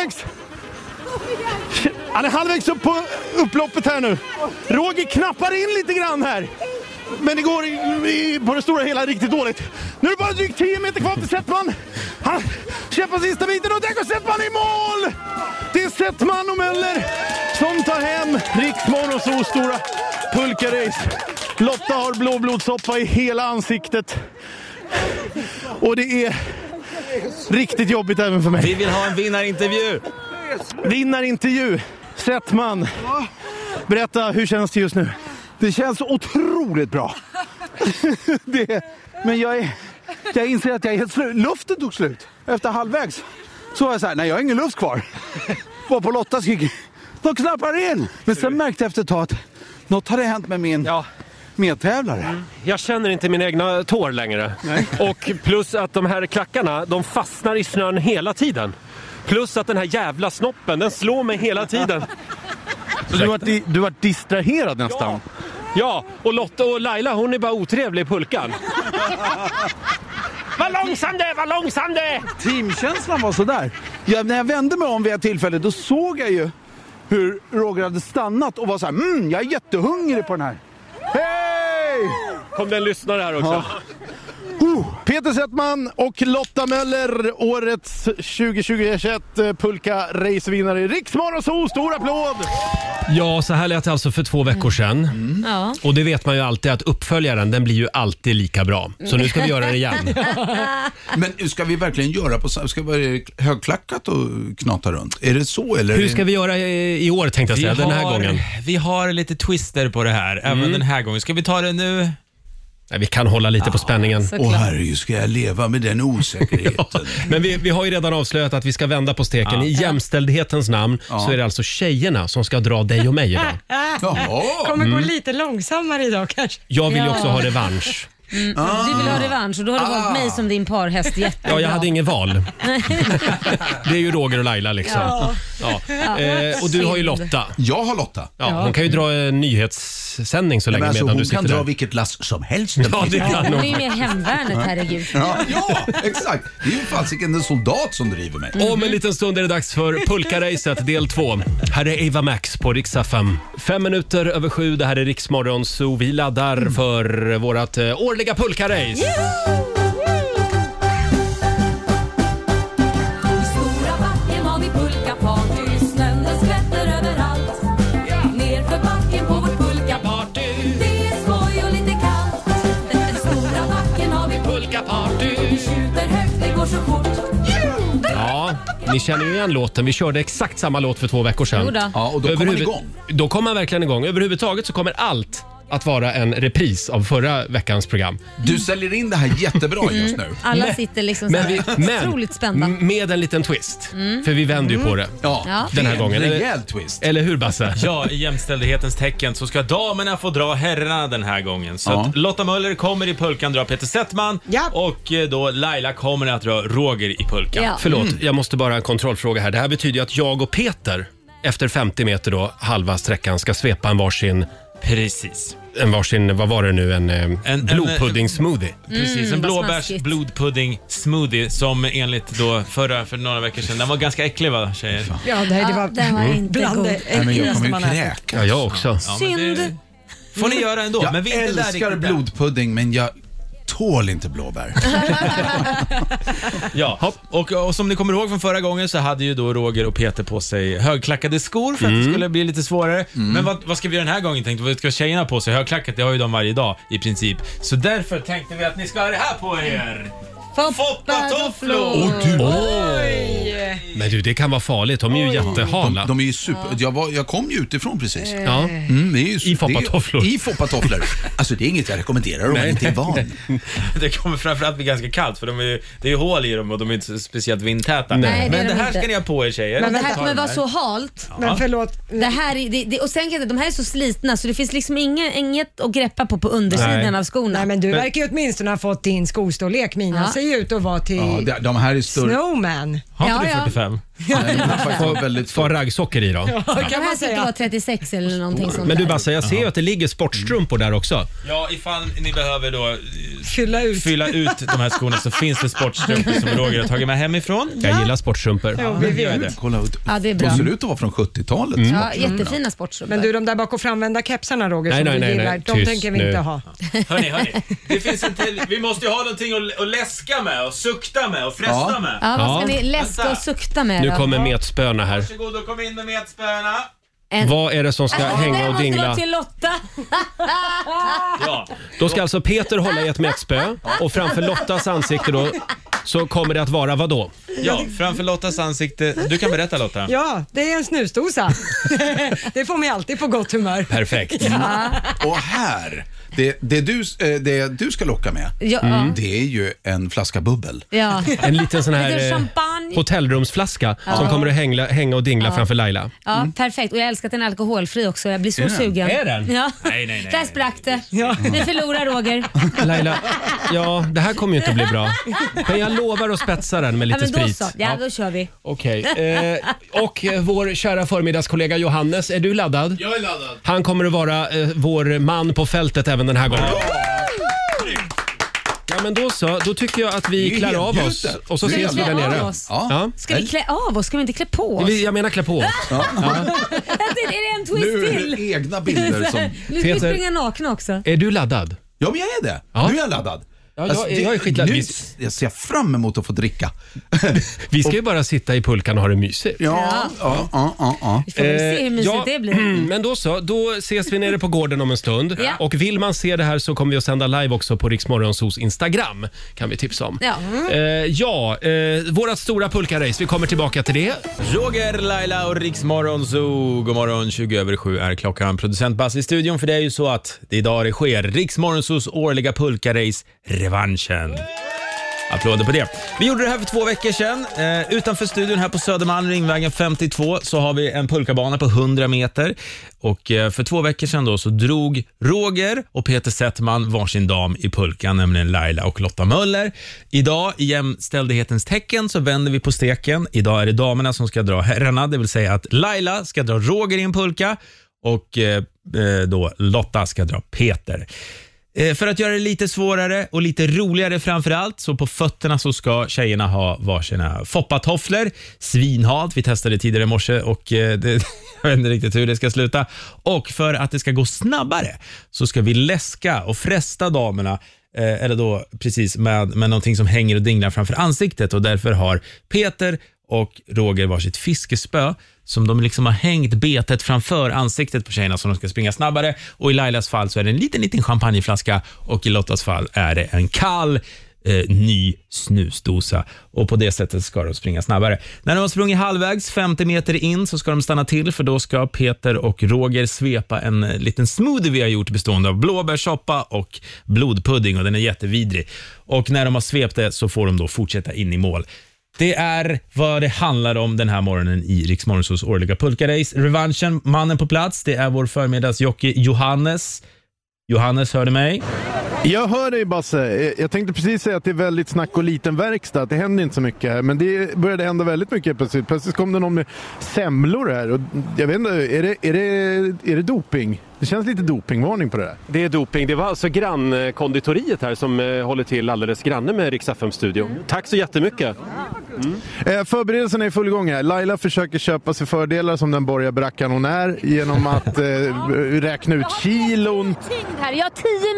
Speaker 9: halvvägs upp på upploppet här nu. Roger knappar in lite grann här. Men det går på det stora hela riktigt dåligt. Nu är det bara drygt 10 meter kvar till Settman. Han kämpar sista biten och där går Settman i mål! Det är Settman och Möller som tar hem Rix Morgonzoos stora pulkarace. Lotta har blåblodssoppa i hela ansiktet. Och det är riktigt jobbigt även för mig.
Speaker 1: Vi vill ha en vinnarintervju.
Speaker 9: Vinnarinteraktör Settman. Berätta, hur känns det just nu?
Speaker 10: Det känns otroligt bra. Men jag inser att jag är helt slut. Luften tog slut. Efter halvvägs så var jag så här, nej jag har ingen luft kvar. Var på Lotta skriker, de knappar in. Men sen märkte jag efter ett tag att något hade hänt med min medtävlare.
Speaker 1: Jag känner inte mina egna tår längre.
Speaker 10: Nej.
Speaker 1: Och plus att de här klackarna, de fastnar i snön hela tiden. Plus att den här jävla snoppen, den slår mig hela tiden.
Speaker 9: Så du var distraherad nästan?
Speaker 1: Ja, och Lotta och Laila, hon är bara otrevlig i pulkan. Vad långsam det!
Speaker 10: Teamkänslan var sådär. När jag vände mig om vid ett tillfälle, då såg jag ju hur Roger hade stannat och var så här, jag är jättehungrig på den här. Hej!
Speaker 1: Kom det en lyssnare här också.
Speaker 9: Ja. Peter Settman och Lotta Möller, årets 2021 pulka-racevinnare i Rix Morgonzoo. Stor applåd!
Speaker 1: Ja, så här lät det alltså för 2 veckor sedan.
Speaker 4: Ja.
Speaker 1: Och det vet man ju alltid att uppföljaren, den blir ju alltid lika bra. Så nu ska vi göra det igen.
Speaker 8: Men ska vi verkligen göra ska vi vara högklackat och knata runt? Är det så eller?
Speaker 1: Hur ska vi göra i år tänkte jag säga, den här gången?
Speaker 7: Vi har lite twister på det här, även den här gången. Ska vi ta det nu?
Speaker 1: Nej, vi kan hålla lite på spänningen.
Speaker 8: Herregud, ska jag leva med den osäkerheten?
Speaker 1: Men vi har ju redan avslöjat att vi ska vända på steken. I jämställdhetens namn så är det alltså tjejerna som ska dra dig och mig idag.
Speaker 2: Kommer gå lite långsammare idag kanske.
Speaker 1: Jag vill ju också ha revansch.
Speaker 4: Du vill ha revansch och då har du valt mig som din parhäst. Jättebra.
Speaker 1: Ja, jag hade ingen val. Det är ju Roger och Laila liksom. Och du har ju Lotta.
Speaker 8: Jag har Lotta.
Speaker 1: Ja, hon kan ju dra en nyhetssändning så länge medan du sitter där.
Speaker 8: Hon kan dra vilket lass som helst.
Speaker 1: Ja, det kan
Speaker 4: hon är ju mer hemvärnet, herregud.
Speaker 8: Ja, exakt. Det är ju fasiken en soldat som driver mig.
Speaker 1: Om en liten stund är det dags för Pulka-racet del 2. Här är Ava Max på Rix FM. 5 minuter över 7, det här är Rix Morgonzoo. Vi laddar för vårat årliga pulka-race. Ja, ni känner ju igen låten. Vi körde exakt samma låt för 2 veckor sedan.
Speaker 8: Ja, och då kom man igång.
Speaker 1: Då kom man verkligen igång. Överhuvudtaget så kommer allt att vara en repris av förra veckans program.
Speaker 8: Du säljer in det här jättebra just nu.
Speaker 4: Alla sitter liksom otroligt spända.
Speaker 1: Med en liten twist. För vi vänder ju på det den här gången.
Speaker 8: En rejäl twist.
Speaker 1: Eller hur, Basse?
Speaker 7: Ja, i jämställdhetens tecken så ska damerna få dra herrarna den här gången. Så att Lotta Möller kommer i pulkan dra Peter Settman och då Laila kommer att dra Roger i pulkan.
Speaker 4: Ja.
Speaker 1: Förlåt, jag måste bara en kontrollfråga här. Det här betyder ju att jag och Peter efter 50 meter då, halva sträckan, ska svepa en varsin...
Speaker 7: Precis.
Speaker 1: En varsin, vad var det nu? En blodpudding-smoothie.
Speaker 7: Precis, en blåbärs blodpudding-smoothie som enligt då för några veckor sedan, den var ganska äcklig, va, tjejer?
Speaker 2: Ja, det var inte
Speaker 8: bland det äckligaste man äter.
Speaker 1: Ja, jag också.
Speaker 4: Synd.
Speaker 7: Får ni göra ändå.
Speaker 8: Jag
Speaker 7: men vi
Speaker 8: älskar blodpudding, men jag tål inte blåbär.
Speaker 7: Ja, och som ni kommer ihåg från förra gången så hade ju då Roger och Peter på sig högklackade skor för att det skulle bli lite svårare. Men vad ska vi göra den här gången, tänkte vi? Vad ska tjejerna på sig? Högklackat, det har ju de varje dag i princip. Så därför tänkte vi att ni ska ha det här på er.
Speaker 4: Foppatofflor!
Speaker 1: Oj! Men du, det kan vara farligt. De är ju jättehala.
Speaker 8: De är ju super... Jag kom ju utifrån precis.
Speaker 1: Ja.
Speaker 8: Det är ju,
Speaker 1: I foppatofflor.
Speaker 8: I foppatofflor. Alltså det är inget jag rekommenderar om man inte är van.
Speaker 7: Det kommer framförallt bli ganska kallt för det är ju hål i dem och de är inte speciellt vindtäta.
Speaker 4: Nej,
Speaker 7: men det här
Speaker 4: inte.
Speaker 7: ska ni ha på er, tjejer.
Speaker 4: Men det här kommer vara så halt.
Speaker 2: Ja. Men förlåt.
Speaker 4: Det här och sen de här är så slitna så det finns liksom inget att greppa på undersidan av skorna.
Speaker 2: Nej, men du verkar ju åtminstone ha fått din skostorlek. Mina ser ju ut att vara till
Speaker 8: de här är större.
Speaker 2: Snowman.
Speaker 7: Har inte du 45?
Speaker 1: Får raggsocker i då.
Speaker 2: Ja,
Speaker 4: kan man säga. Vara 36 eller någonting sånt.
Speaker 1: Men du Basse, jag ser ju att det ligger sportstrumpor där också.
Speaker 7: Ja, ifall ni behöver då
Speaker 2: fylla
Speaker 7: ut de här skorna så finns det sportstrumpor som Roger har tagit med hemifrån.
Speaker 1: Jag gillar sportstrumpor.
Speaker 2: Ja, vi vet.
Speaker 8: Kolla ut.
Speaker 4: Ja, det är bra.
Speaker 8: De ser ut att vara från 70-talet.
Speaker 4: Ja, jättefina sportstrumpor.
Speaker 2: Men du, de där bak och framvända kepsarna, Roger, som du gillar, de tänker vi inte ha.
Speaker 7: Hörni, det finns en till. Vi måste ju ha någonting att läska med och sukta med och fresta med.
Speaker 4: Ja, vad ska ni läska och sukta med
Speaker 1: Nu
Speaker 4: då?
Speaker 1: kommer metspöna här.
Speaker 7: Varsågod och kom in med metspöna.
Speaker 1: Vad är det som ska hänga och dingla?
Speaker 4: Det måste vara till Lotta.
Speaker 7: Ja.
Speaker 1: Då ska alltså Peter hålla i ett metspö och framför Lottas ansikte då så kommer det att vara vad då?
Speaker 7: Ja, framför Lottas ansikte. Du kan berätta, Lotta.
Speaker 2: Ja, det är en snusdosa. Det får mig alltid på gott humör.
Speaker 1: Perfekt.
Speaker 2: Ja.
Speaker 8: Och här, det du ska locka med, det är ju en flaska bubbel.
Speaker 4: Ja.
Speaker 1: En liten sån här
Speaker 4: champagne.
Speaker 1: hotellrumsflaska som kommer att hänga och dingla framför Laila.
Speaker 4: Ja, perfekt. Och jag älskar att den är alkoholfri också. Jag blir så sugen.
Speaker 1: Är den?
Speaker 4: Ja.
Speaker 7: Nej.
Speaker 4: Där sprack det. Vi förlorar, Roger.
Speaker 1: Laila, det här kommer ju inte att bli bra. Men jag lovar att spetsa den med lite sprit.
Speaker 4: Då kör vi.
Speaker 1: Okej. Och vår kära förmiddagskollega Johannes, är du laddad?
Speaker 3: Jag är laddad.
Speaker 1: Han kommer att vara vår man på fältet även den här gången. Ja, men då tycker jag att vi klär av oss och så ses vi där nere.
Speaker 4: Ja. Ska vi klä av oss? Ska vi inte klä på oss?
Speaker 1: Jag menar klä på oss.
Speaker 4: Är det en twist till?
Speaker 8: Nu egna bilder som...
Speaker 4: Nu ska vi springa nakna också.
Speaker 1: Är du laddad?
Speaker 8: Ja, men jag är det.
Speaker 1: Ja.
Speaker 8: Nu är jag laddad.
Speaker 1: Ja, jag är skitladdad.
Speaker 8: Jag ser fram emot att få dricka.
Speaker 1: Vi ska ju bara sitta i pulkan och ha det mysigt.
Speaker 8: Ja.
Speaker 4: Vi får väl se hur mysigt det blir.
Speaker 1: Men då ses vi nere på gården om en stund.
Speaker 4: Ja.
Speaker 1: Och vill man se det här så kommer vi att sända live också på Rix Morgonzos Instagram. Kan vi tipsa om. Vårat stora pulkarace, vi kommer tillbaka till det.
Speaker 7: Roger, Laila och Rix Morgonzoo. God morgon, 7:20 är klockan. Producent Bass i studion, för det är ju så att det idag det sker. Rix Morgonzos årliga pulkarace, revanschen. Applåder på det. Vi gjorde det här för 2 veckor sedan. Utanför studion här på Södermalm, Ringvägen 52, så har vi en pulkabana på 100 meter. Och för 2 veckor sedan då så drog Roger och Peter Settman varsin dam i pulkan, nämligen Laila och Lotta Möller. Idag, i jämställdhetens tecken, så vänder vi på steken. Idag är det damerna som ska dra herrarna, det vill säga att Laila ska dra Roger i en pulka och då Lotta ska dra Peter. För att göra det lite svårare och lite roligare framförallt, så på fötterna så ska tjejerna ha varsina foppatofflor. Svinhalt, vi testade tidigare i morse och jag vet inte riktigt hur det ska sluta. Och för att det ska gå snabbare så ska vi läska och fresta damerna, eller då precis med någonting som hänger och dinglar framför ansiktet, och därför har Peter och Roger varsitt fiskespö som de liksom har hängt betet framför ansiktet på tjejerna så de ska springa snabbare. Och i Lailas fall så är det en liten champagneflaska och i Lottas fall är det en kall ny snusdosa, och på det sättet ska de springa snabbare. När de har sprungit halvvägs 50 meter in så ska de stanna till, för då ska Peter och Roger svepa en liten smoothie vi har gjort bestående av blåbärssoppa och blodpudding, och den är jättevidrig. Och när de har svept det så får de då fortsätta in i mål. Det är vad det handlar om den här morgonen i Rix Morgonzos årliga pulkarace. Revanschen, mannen på plats, det är vår förmiddagsjockey Johannes. Johannes, hör du mig?
Speaker 9: Jag hör dig, Basse. Jag tänkte precis säga att det är väldigt snack och liten verkstad. Det händer inte så mycket här, men det började hända väldigt mycket plötsligt. Plötsligt kom det någon med semlor här. Och jag vet inte, är det doping? Det känns lite dopingvarning på det där.
Speaker 11: Det är doping. Det var alltså grannkonditoriet här som håller till alldeles granne med Rix FM-studio. Tack så jättemycket.
Speaker 9: Förberedelserna är i full gång här. Laila försöker köpa sig fördelar som den borgarbrackan hon är genom att räkna ut kilon.
Speaker 4: Här. Jag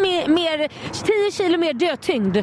Speaker 4: har 10 kilo mer dödtyngd.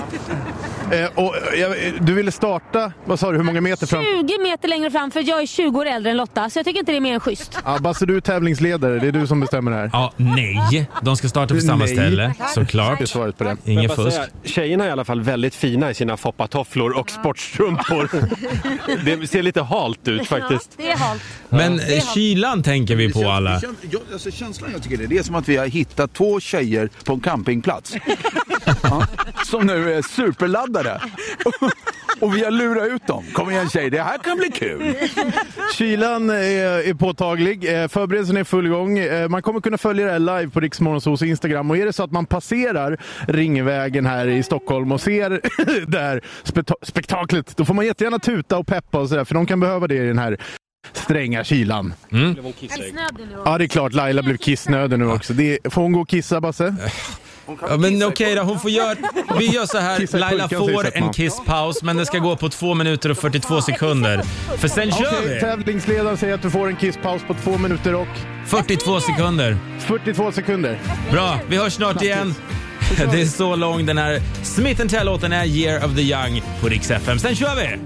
Speaker 9: Du ville starta, vad sa du, hur många meter fram?
Speaker 4: 20 meter längre fram, för jag är 20 år äldre än Lotta, så jag tycker inte det är mer än schysst.
Speaker 9: Ja, Basse, du är tävlingsledare, det är du som bestämmer här?
Speaker 7: Ja, nej. De ska starta på samma ställe, såklart.
Speaker 9: Det är svaret på det.
Speaker 7: Ingen fusk.
Speaker 11: Tjejerna är i alla fall väldigt fina i sina foppatofflor och sportstrumpor. Det ser lite halt ut faktiskt.
Speaker 4: Det är halt.
Speaker 7: Men kylan tänker vi på alla.
Speaker 8: Alltså, känslan jag tycker det är som att vi har hittat 2 tjejer på en campingplats. Ja, som nu är superladdade. Och vi har lurat ut dem. Kom igen tjej, det här kan bli kul.
Speaker 9: Kylan är påtaglig. Förberedelsen är full gång. Man kommer kunna följa det här live på Rix Morgonzos Instagram. Och är det så att man passerar Ringvägen här i Stockholm och ser det här spektaklet, då får man jättegärna tuta och peppa och sådär. För de kan behöva det i den här stränga kylan. Ja, det är klart. Laila blev kissnödig nu också. Får hon gå och kissa, Basse?
Speaker 7: Ja, men okej då, vi gör så här. Laila får en kisspaus, men det ska gå på 2 minuter och 42 sekunder. För sen kör vi.
Speaker 9: Tävlingsledaren säger att du får en kisspaus på 2 minuter och
Speaker 7: 42 sekunder.
Speaker 9: 42 sekunder.
Speaker 7: Bra, vi hörs snart igen. Det är så lång den här Smith & Tell-låten är Year of the Young på Rix FM. Sen kör vi!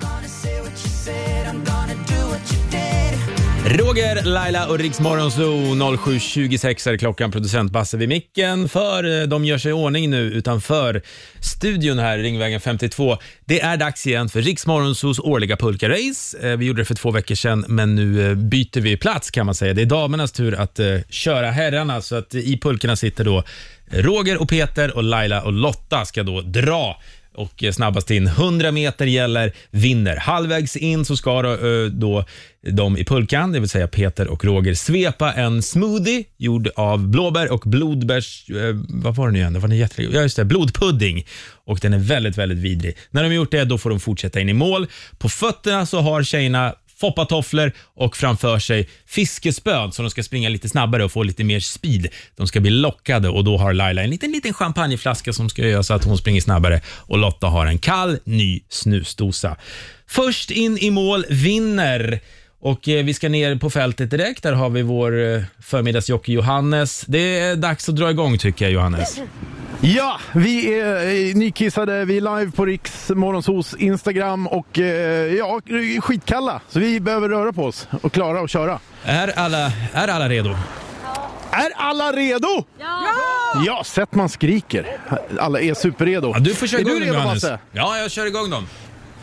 Speaker 7: Roger, Laila och Rix Morgonzoo 07.26 är klockan. Producent Basse vid micken. För de gör sig i ordning nu utanför studion här i Ringvägen 52. Det är dags igen för Rix Morgonzoos årliga pulka-race. Vi gjorde det för 2 veckor sedan, men nu byter vi plats kan man säga. Det är damernas tur att köra herrarna, så att i pulkorna sitter då Roger och Peter, och Laila och Lotta ska då dra. Och snabbast in 100 meter gäller vinner. Halvvägs in så ska då de i pulkan, det vill säga Peter och Roger, svepa en smoothie gjord av blåbär och blodbärs... vad var det nu igen? Det var ja, just det, blodpudding. Och den är väldigt, väldigt vidrig. När de har gjort det, då får de fortsätta in i mål. På fötterna så har tjejerna foppatofflor och framför sig fiskespön, så de ska springa lite snabbare och få lite mer speed. De ska bli lockade, och då har Laila en liten champagneflaska som ska göra så att hon springer snabbare, och Lotta har en kall ny snusdosa. Först in i mål vinner. Och vi ska ner på fältet direkt. Där har vi vår förmiddagsjockey Johannes. Det är dags att dra igång, tycker jag, Johannes.
Speaker 9: Ja, vi är nykissade. Vi är live på Rix Morgonzos Instagram och skitkalla. Så vi behöver röra på oss och klara att köra.
Speaker 7: Är alla redo?
Speaker 9: Är alla redo?
Speaker 4: Ja!
Speaker 9: Ja, sätt man skriker. Alla är superredo.
Speaker 7: Ja, du får köra igång,
Speaker 9: redo,
Speaker 7: Johannes.
Speaker 9: Basse?
Speaker 7: Ja, jag kör igång dem.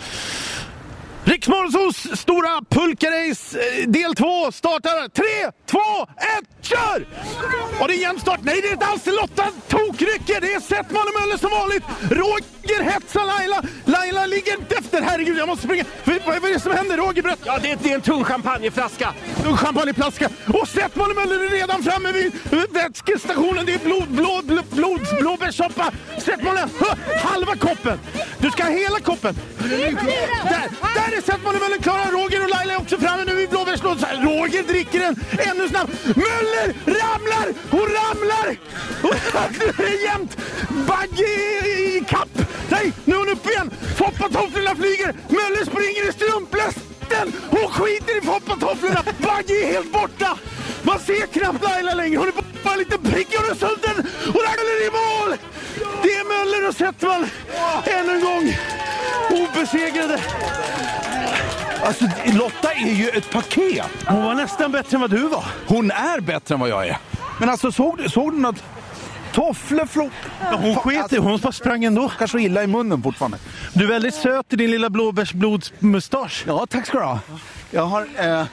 Speaker 9: Rix Morgonzos stora pulka-race del 2 startar 3, 2, 1, kör! Och det är jämn start. Nej, det är inte alls. Lotta tokrycker. Det är Settman och Möller som vanligt. Roger hetsar Laila. Laila ligger efter. Herregud, jag måste springa. Vad är det som händer? Roger, berätta.
Speaker 11: Ja, det är en tung champagneflaska.
Speaker 9: Och Settman och Möller är redan framme vid vätskestationen. Det är blåbärssoppa. Settman, halva koppen. Du ska ha hela koppen. Där är Settman och Möller klara. Roger och Laila är också framme nu i blåbärslådan. Roger dricker den ännu snabb. Möller ramlar. Hon ramlar. Nu är det jämnt. Bagge i kapp. Nej, nu är hon upp igen. Foppatofflorna flyger. Möller springer i strumplästen. Hon skiter i foppatofflorna. Bagge är helt borta. Man ser knappt Laila längre. Hon är bara en liten prick i horisonten. Och där är det i mål. Det är Möller och Settman. Ännu en gång. Obesegrade. Alltså, Lotta är ju ett paket. Hon var nästan bättre än vad du var.
Speaker 8: Hon är bättre än vad jag är. Men alltså, såg du något toffleflok?
Speaker 9: Ja, hon sket i, hon bara sprang ändå.
Speaker 8: Kanske illa i munnen fortfarande.
Speaker 9: Du är väldigt söt i din lilla blåbärsblodsmustasch.
Speaker 8: Ja, tack ska du ha. Jag har...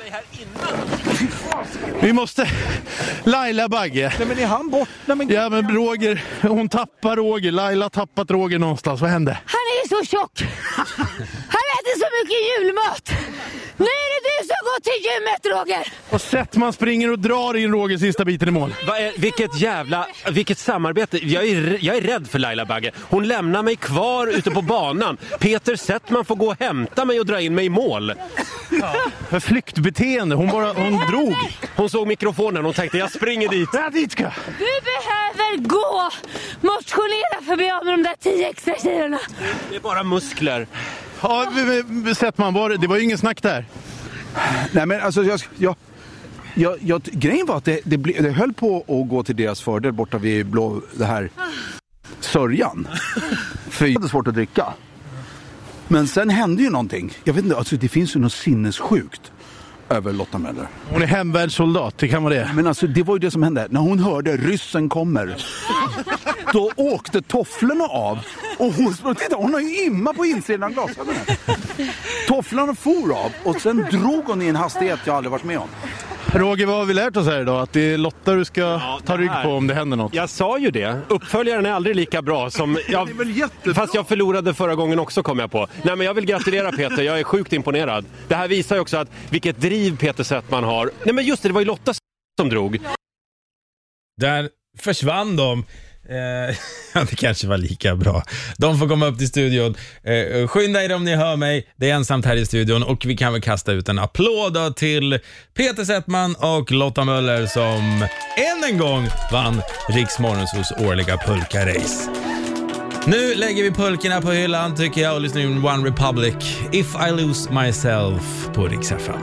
Speaker 9: Vi måste... Laila Bagge.
Speaker 8: Nej, men är han bort? Nej, men...
Speaker 9: Ja, men Roger, hon tappar Roger. Laila har tappat Roger någonstans. Vad hände?
Speaker 4: Han är så tjock. Han äter så mycket julmat. Nu är det du som går till gymmet, Roger.
Speaker 9: Och Settman springer och drar in Roger sista biten i mål.
Speaker 11: Vilket samarbete. Jag är rädd för Laila Bagge. Hon lämnar mig kvar ute på banan. Peter Settman får gå och hämta mig och dra in mig i mål.
Speaker 9: Ja. För flyktbeteende. Hon drog.
Speaker 11: Hon såg mikrofonen och tänkte, jag springer dit.
Speaker 9: Ja, dit ska.
Speaker 4: Du behöver gå. Motionera för att bli av med de där 10 extra kilorna.
Speaker 11: Det är bara muskler.
Speaker 9: Ja, Settman, det var ju ingen snack där.
Speaker 8: Nej, men alltså grejen var att det höll på att gå till deras fördel borta vid det här sörjan. För det är svårt att dricka. Men sen hände ju någonting. Jag vet inte, alltså det finns ju något sinnessjukt över Lotta Möller.
Speaker 9: Hon är hemvärnssoldat, det kan vara det.
Speaker 8: Men alltså, det var ju det som hände. När hon hörde ryssen kommer, då åkte tofflorna av. Och hon har ju imma på insidan av glasögonen. Tofflorna for av och sen drog hon i en hastighet jag aldrig varit med om.
Speaker 9: Roger, vad har vi lärt oss här idag? Att det är Lotta du ska ta rygg på om det händer något.
Speaker 11: Jag sa ju det. Uppföljaren är aldrig lika bra som... Fast jag förlorade förra gången också, kom jag på. Nej, men jag vill gratulera Peter. Jag är sjukt imponerad. Det här visar ju också att vilket driv Peter Settman har. Nej, men just det var ju Lotta som drog.
Speaker 7: Där försvann de. Det kanske var lika bra. De får komma upp till studion. Skynda er om ni hör mig. Det är ensamt här i studion. Och vi kan väl kasta ut en applåd till Peter Settman och Lotta Möller som än en gång vann Rix Morgonzoos årliga pulka-race. Nu lägger vi pulkorna på hyllan tycker jag och lyssnar in One Republic, If I Lose Myself på Rix FM.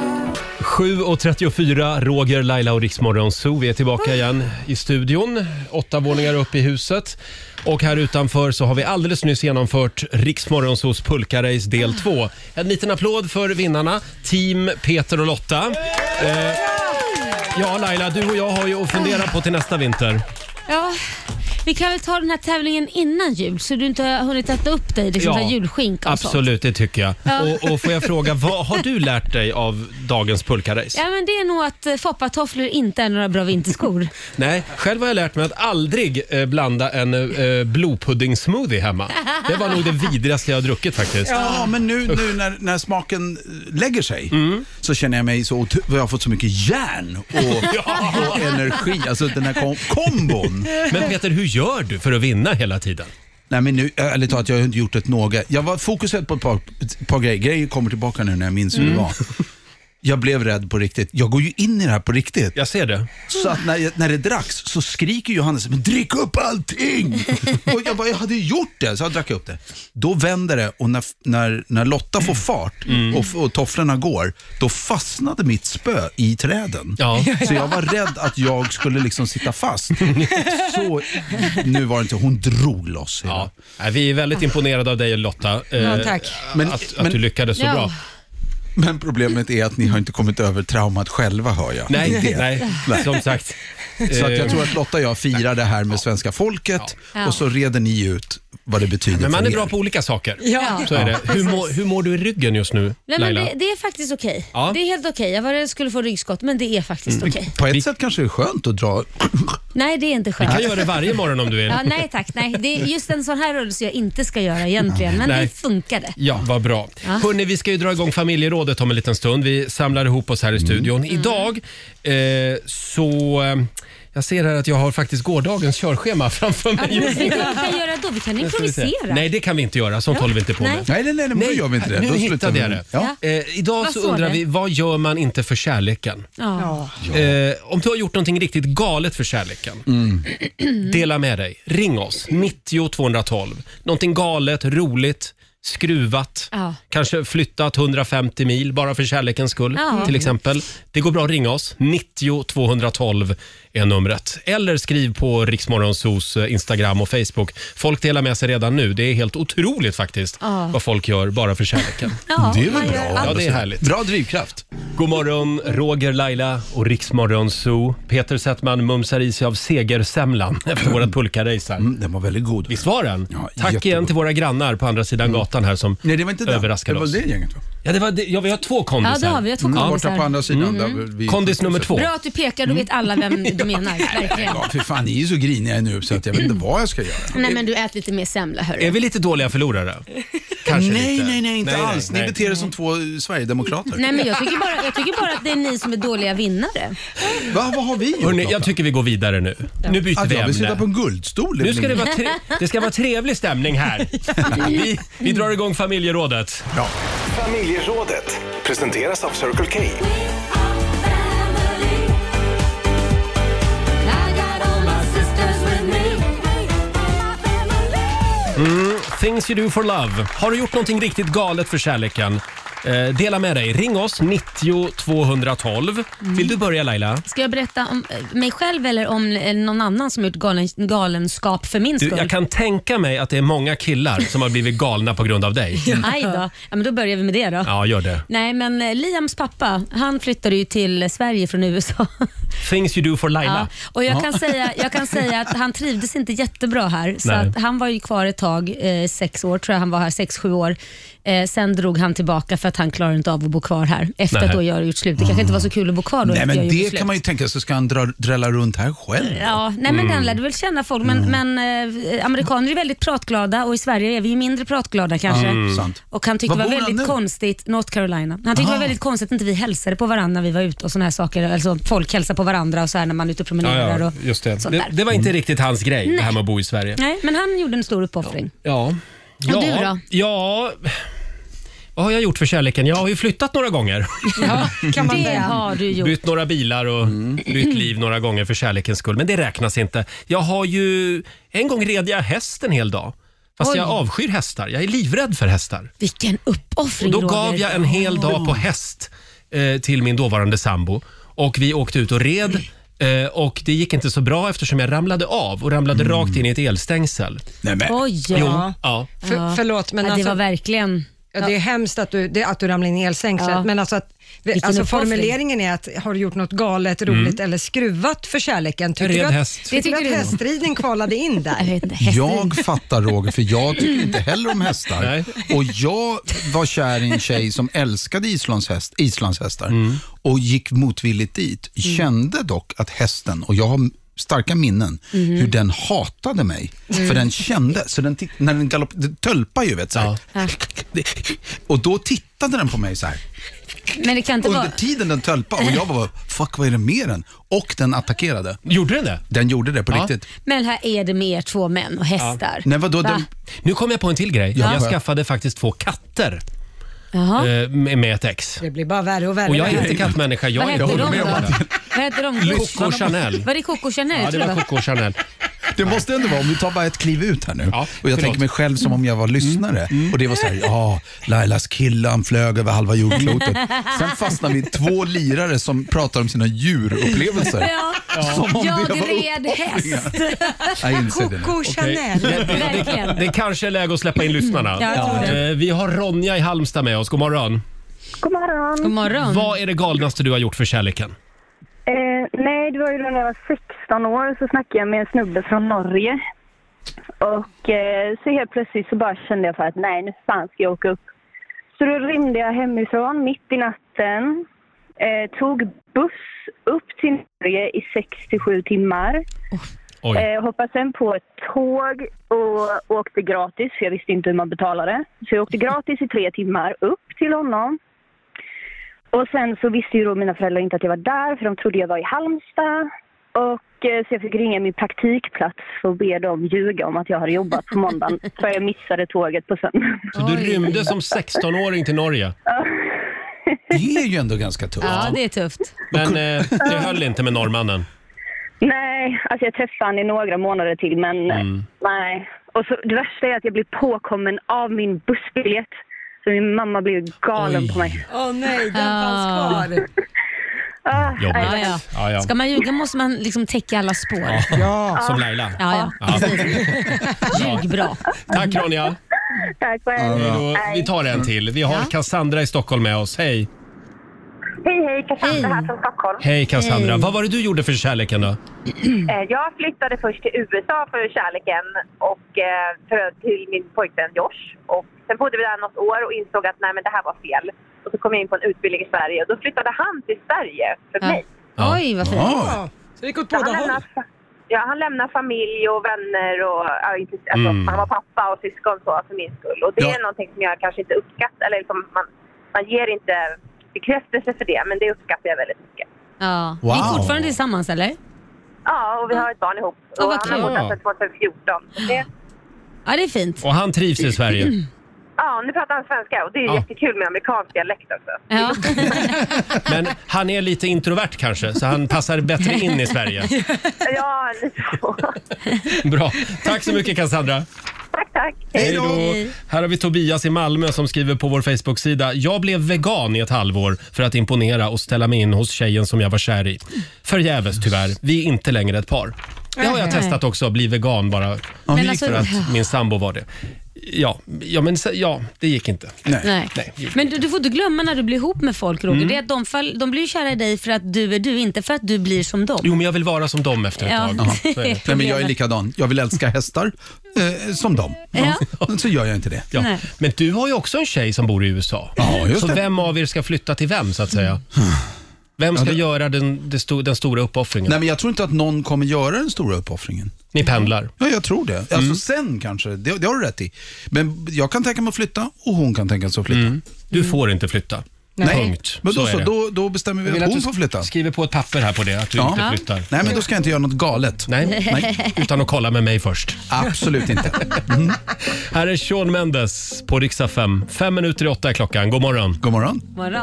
Speaker 1: 7.34, Roger, Laila och Rix Morgonzoo. Vi är tillbaka igen i studion. 8 våningar upp i huset. Och här utanför så har vi alldeles nyss genomfört Rix Morgonzoos pulka-race del 2. En liten applåd för vinnarna, team Peter och Lotta. Ja, Laila, du och jag har ju att fundera på till nästa vinter.
Speaker 4: Ja, vi kan väl ta den här tävlingen innan jul så du inte har hunnit äta upp dig liksom julskinka och
Speaker 1: absolut,
Speaker 4: sånt.
Speaker 1: Det tycker jag. Ja. Och får jag fråga, vad har du lärt dig av dagens pulka-race?
Speaker 4: Ja, men det är nog att foppatofflor inte är några bra vinterskor.
Speaker 1: Nej, själv har jag lärt mig att aldrig blanda en blodpudding-smoothie hemma. Det var nog det vidrigaste jag har druckit faktiskt.
Speaker 8: Ja, men nu när smaken lägger sig så känner jag mig så, jag har fått så mycket järn och energi, alltså den här kombon.
Speaker 1: Men Peter, hur gör du för att vinna hela tiden?
Speaker 8: Nej, men nu, ärligt talat, jag har inte gjort ett något. Jag var fokuserad på ett par grejer. Grejer kommer tillbaka nu när jag minns hur det var. Jag blev rädd på riktigt. Jag går ju in i det här på riktigt.
Speaker 1: Jag ser det.
Speaker 8: Så att när det dracks så skriker Johannes, men drick upp allting! Och jag hade gjort det, så jag drack upp det. Då vänder det och när Lotta får fart och tofflorna går, då fastnade mitt spö i träden. Ja. Så jag var rädd att jag skulle liksom sitta fast. Så nu var det inte, hon drog loss.
Speaker 1: Ja. Vi är väldigt imponerade av dig, Lotta.
Speaker 2: Tack.
Speaker 1: Att du lyckades så bra.
Speaker 8: Men problemet är att ni har inte kommit över traumat själva, hör jag.
Speaker 1: Nej, som sagt.
Speaker 8: Så att jag tror att Lotta och jag firar det här med svenska folket och så reder ni ut vad det betyder.
Speaker 1: Men man
Speaker 8: för
Speaker 1: är bra
Speaker 8: er.
Speaker 1: på olika saker.
Speaker 2: Ja.
Speaker 1: Så är det. Hur mår du i ryggen just nu,
Speaker 4: Nej,
Speaker 1: Laila?
Speaker 4: men det är faktiskt okej.
Speaker 1: Ja.
Speaker 4: Det är helt okej. Jag var rädd skulle få ryggskott, men det är faktiskt okej.
Speaker 8: På ett sätt kanske det är skönt att dra...
Speaker 4: Nej, det är inte skönt.
Speaker 1: Vi kan göra det varje morgon om du vill.
Speaker 4: Ja, nej tack. Nej. Det är just en sån här rörelse jag inte ska göra egentligen, men det funkade.
Speaker 1: Ja, vad bra. Hörrni, vi ska ju dra igång familjerådet om en liten stund. Vi samlar ihop oss här i studion. Idag jag ser här att jag har faktiskt gårdagens körschema framför mig.
Speaker 4: Vad kan vi göra då? Vi kan improvisera.
Speaker 1: Nej, det kan vi inte göra. Sånt håller vi inte på med.
Speaker 8: Nej, men då gör vi inte det.
Speaker 1: Nu
Speaker 8: Då
Speaker 1: hittade jag det.
Speaker 8: Ja.
Speaker 1: Idag så undrar vi, vad gör man inte för kärleken? Om du har gjort någonting riktigt galet för kärleken, dela med dig. Ring oss, 90 212. Någonting galet, roligt, skruvat, kanske flyttat 150 mil bara för kärlekens skull, till exempel. Det går bra att ringa oss, 90 212 är numret. Eller skriv på Rix Morgonzoos Instagram och Facebook. Folk delar med sig redan nu. Det är helt otroligt faktiskt vad folk gör bara för kärleken.
Speaker 8: Det är väl bra.
Speaker 1: Ja, det är härligt.
Speaker 8: Bra drivkraft.
Speaker 1: God morgon, Roger, Laila och Rix Morgonzoo. Peter Settman mumsar i sig av segersemlan efter vårat pulka-race här.
Speaker 8: Den var väldigt god.
Speaker 1: Visst var den?
Speaker 8: Ja,
Speaker 1: tack igen till våra grannar på andra sidan gatan här som
Speaker 8: Nej, det var inte
Speaker 1: överraskade oss.
Speaker 8: Det var det gänget, va?
Speaker 1: Ja, det var det. Ja, vi har 2 kondisar.
Speaker 4: Ja, det har vi. 2 kondisar.
Speaker 8: Borta på andra sidan. Där vi
Speaker 1: Kondis nummer 2.
Speaker 4: Bra att du pekar, då vet alla vem du menar. Verkligen.
Speaker 8: Ja, för fan, ni är ju så griniga nu så att jag vet inte vad jag ska göra.
Speaker 4: Nej, men du äter lite mer semla, hörru.
Speaker 1: Är vi lite dåliga förlorare? Kanske
Speaker 8: Nej,
Speaker 1: lite.
Speaker 8: inte alls. Ni beter er som 2 Sverigedemokrater.
Speaker 4: Nej, men jag tycker bara att det är ni som är dåliga vinnare.
Speaker 8: Vad har vi gjort?
Speaker 1: Hörrni, jag tycker vi går vidare nu. Nu byter
Speaker 8: att
Speaker 1: vi
Speaker 8: jag
Speaker 1: ämne.
Speaker 8: vill sitta på en guldstol.
Speaker 1: Nu ska det ska vara trevlig stämning här. Vi drar igång familjerådet.
Speaker 8: Ja.
Speaker 12: Familjerådet presenteras av Circle K.
Speaker 1: Things you do for love. Har du gjort någonting riktigt galet för kärleken? Dela med dig. Ring oss 90 212. Vill du börja, Laila?
Speaker 4: Ska jag berätta om mig själv eller om någon annan som gjort galenskap för min skull?
Speaker 1: Jag kan tänka mig att det är många killar som har blivit galna på grund av dig.
Speaker 4: Nej då. Ja, men då börjar vi med det då.
Speaker 1: Ja, gör det.
Speaker 4: Nej, men Liams pappa, han flyttade ju till Sverige från USA.
Speaker 1: Things you do for Laila.
Speaker 4: Ja, och jag kan säga att han trivdes inte jättebra här. Så att han var ju kvar ett tag, 6 år tror jag han var här, 6-7 år. Sen drog han tillbaka för att han klarade inte av att bo kvar här. Efter att då jag gjort slut. Det kanske inte var så kul att bo kvar då.
Speaker 8: Nej, men det kan man ju tänka sig. Ska han drälla runt här själv?
Speaker 4: Ja, nej, men den lärde väl känna folk. Men amerikaner är väldigt pratglada och i Sverige är vi ju mindre pratglada kanske.
Speaker 8: Sant.
Speaker 4: Och han tyckte det var väldigt konstigt, North Carolina. Han tyckte det var väldigt konstigt att inte vi hälsade på varandra när vi var ute och såna här saker. Alltså folk hälsar på varandra och så här när man är ute och promenerar.
Speaker 1: Ja,
Speaker 4: och
Speaker 1: just det. Det var inte riktigt hans grej, det här med att bo i Sverige.
Speaker 4: Nej, men han gjorde en stor uppoffring.
Speaker 1: Ja.
Speaker 4: Och du då?
Speaker 1: Ja, vad har jag gjort för kärleken? Jag har ju flyttat några gånger.
Speaker 2: Ja, kan man
Speaker 4: det har du gjort.
Speaker 1: Bytt några bilar och bytt liv några gånger för kärlekens skull. Men det räknas inte. Jag har ju en gång red jag häst en hel dag. Fast jag avskyr hästar. Jag är livrädd för hästar.
Speaker 4: Vilken uppoffring,
Speaker 1: och då gav jag en hel dag på häst till min dåvarande sambo. Och vi åkte ut och red. Och det gick inte så bra eftersom jag ramlade av och ramlade rakt in i ett elstängsel.
Speaker 8: Nej, men.
Speaker 4: Oj,
Speaker 1: ja.
Speaker 2: Förlåt, men
Speaker 4: det
Speaker 2: alltså,
Speaker 4: var verkligen...
Speaker 2: Ja, det är hemskt att du ramlar in i elstängslet, men alltså formuleringen är att har du gjort något galet, roligt eller skruvat för kärleken? Tycker du att hästridning kvalade in där?
Speaker 8: Jag fattar, Roger, för jag tycker inte heller om hästar. Nej. Och jag var kär i en tjej som älskade islandshästar och gick motvilligt dit. Kände dock att hästen, och jag har starka minnen hur den hatade mig. För den kände, så när den tölpar ju, vet så här. Och då tittade den på mig så här.
Speaker 4: Men det kan inte
Speaker 8: under tiden den tölpade och jag bara, fuck, vad är det med den? Och den attackerade.
Speaker 1: Gjorde den det?
Speaker 8: Den gjorde det på riktigt.
Speaker 4: Men här är det mer 2 män och hästar.
Speaker 8: Nej, vadå?
Speaker 1: Nu kom jag på en till grej. Jag skaffade faktiskt 2 katter. Med ett ex.
Speaker 2: Det blir bara värre och värre.
Speaker 1: Och jag är inte kattmänniska.
Speaker 4: Vad heter de då? Vad heter de?
Speaker 1: Coco Chanel.
Speaker 4: Var det Coco Chanel?
Speaker 1: Ja, det var Coco Chanel.
Speaker 8: Det måste ändå vara, om vi tar bara ett kliv ut här nu. Och jag tänker mig själv som om jag var lyssnare. Och det var så här, Lailas killan flög över halva jordklotet. Sen fastnar vi 2 lirare som pratar om sina djurupplevelser. Som om
Speaker 4: jag
Speaker 8: det var
Speaker 4: red häst.
Speaker 2: Coco Chanel.
Speaker 1: Det kanske är läge att släppa in lyssnarna. Vi har Ronja i Halmstad med oss. God morgon.
Speaker 6: God morgon.
Speaker 4: God morgon.
Speaker 1: Vad är det galnaste du har gjort för kärleken?
Speaker 6: Nej, det var ju då när jag var 16 år så snackade jag med en snubbe från Norge. Och så helt plötsligt så bara kände jag för att nej, nu fan ska jag åka upp. Så då rymde jag hemifrån mitt i natten. Tog buss upp till Norge i 6-7 timmar. Hoppade sen på ett tåg och åkte gratis. För jag visste inte hur man betalade. Så jag åkte gratis i 3 timmar upp till honom. Och sen så visste ju då mina föräldrar inte att jag var där, för de trodde jag var i Halmstad. Och så jag fick ringa min praktikplats för att be dem ljuga om att jag hade jobbat på måndagen. För jag missade tåget på söndagen.
Speaker 1: Så du rymde som 16-åring till Norge?
Speaker 8: Det är ju ändå ganska tufft.
Speaker 4: Ja, det är tufft.
Speaker 1: Men det höll inte med norrmannen?
Speaker 6: Nej, alltså jag träffade han i några månader till, men nej. Och så det värsta är att jag blev påkommen av min bussbiljett. Så min mamma blev galen på mig.
Speaker 2: Nej, den fanns kvar.
Speaker 4: Ja. Ska man ljuga måste man liksom täcka alla spår.
Speaker 1: Som Laila.
Speaker 4: Ja. Ljug bra.
Speaker 1: Tack, Ronja.
Speaker 6: Tack själv.
Speaker 1: Vi tar en till. Vi har Cassandra i Stockholm med oss. Hej.
Speaker 6: Hej, Cassandra här från Stockholm.
Speaker 1: Hej, Cassandra. Vad var det du gjorde för kärleken då?
Speaker 6: Jag flyttade först till USA för kärleken och till min pojkvän Josh. Och sen bodde vi där något år och insåg att nej, men det här var fel. Och så kom jag in på en utbildning i Sverige och då flyttade han till Sverige för mig.
Speaker 4: Oj, vad fint.
Speaker 2: Så det gick åt båda håll.
Speaker 6: Han lämnar familj och vänner och han var pappa och syskon så för min skull. Och det är någonting som jag kanske inte uppskattar. Eller liksom, man ger inte bekräftelse för det, men det uppskattar jag väldigt mycket.
Speaker 4: Ja. Wow. Ni är fortfarande tillsammans, eller?
Speaker 6: Ja, och vi har ett barn ihop. Och han har bott sedan 2014.
Speaker 4: Ja, det är fint.
Speaker 1: Och han trivs i Sverige?
Speaker 6: Ja, nu pratar han svenska och det är jättekul med amerikansk dialekt också.
Speaker 4: Ja.
Speaker 1: Men han är lite introvert kanske, så han passar bättre in i Sverige.
Speaker 6: Ja, lite så.
Speaker 1: Bra. Tack så mycket, Cassandra.
Speaker 6: Tack.
Speaker 1: Hej då. Här har vi Tobias i Malmö som skriver på vår Facebook-sida. Jag blev vegan i ett halvår för att imponera och ställa mig in hos tjejen som jag var kär i. Förgäves tyvärr. Vi är inte längre ett par. Det har jag testat också, bli vegan bara för att min sambo var det. Ja, det gick inte.
Speaker 4: Nej. Men du får inte glömma när du blir ihop med folk, Roger. Det är att de blir kära i dig för att du är du, inte för att du blir som dem.
Speaker 1: Jo, men jag vill vara som dem efter ett tag.
Speaker 8: Nej, men jag är likadan. Jag vill älska hästar som dem. Så gör jag inte det.
Speaker 1: Ja. Men du har ju också en tjej som bor i USA.
Speaker 8: Ja, just
Speaker 1: så
Speaker 8: det.
Speaker 1: vem av er ska flytta till vem, så att säga? Vem ska göra den stora uppoffringen?
Speaker 8: Nej, men jag tror inte att någon kommer göra den stora uppoffringen.
Speaker 1: Ni pendlar?
Speaker 8: Ja, jag tror det. Alltså sen kanske, det har du rätt i. Men jag kan tänka mig att flytta och hon kan tänka sig att flytta.
Speaker 1: Du får inte flytta.
Speaker 8: Nej.
Speaker 1: Punkt.
Speaker 8: Men då bestämmer vi att hon får flytta.
Speaker 1: Skriver på ett papper här på det, att du inte flyttar.
Speaker 8: Nej, men då ska jag inte göra något galet.
Speaker 1: Nej. Utan att kolla med mig först.
Speaker 8: Absolut inte.
Speaker 1: Här är Shawn Mendes på Rix FM. 7:05 är klockan. God morgon.
Speaker 8: God morgon.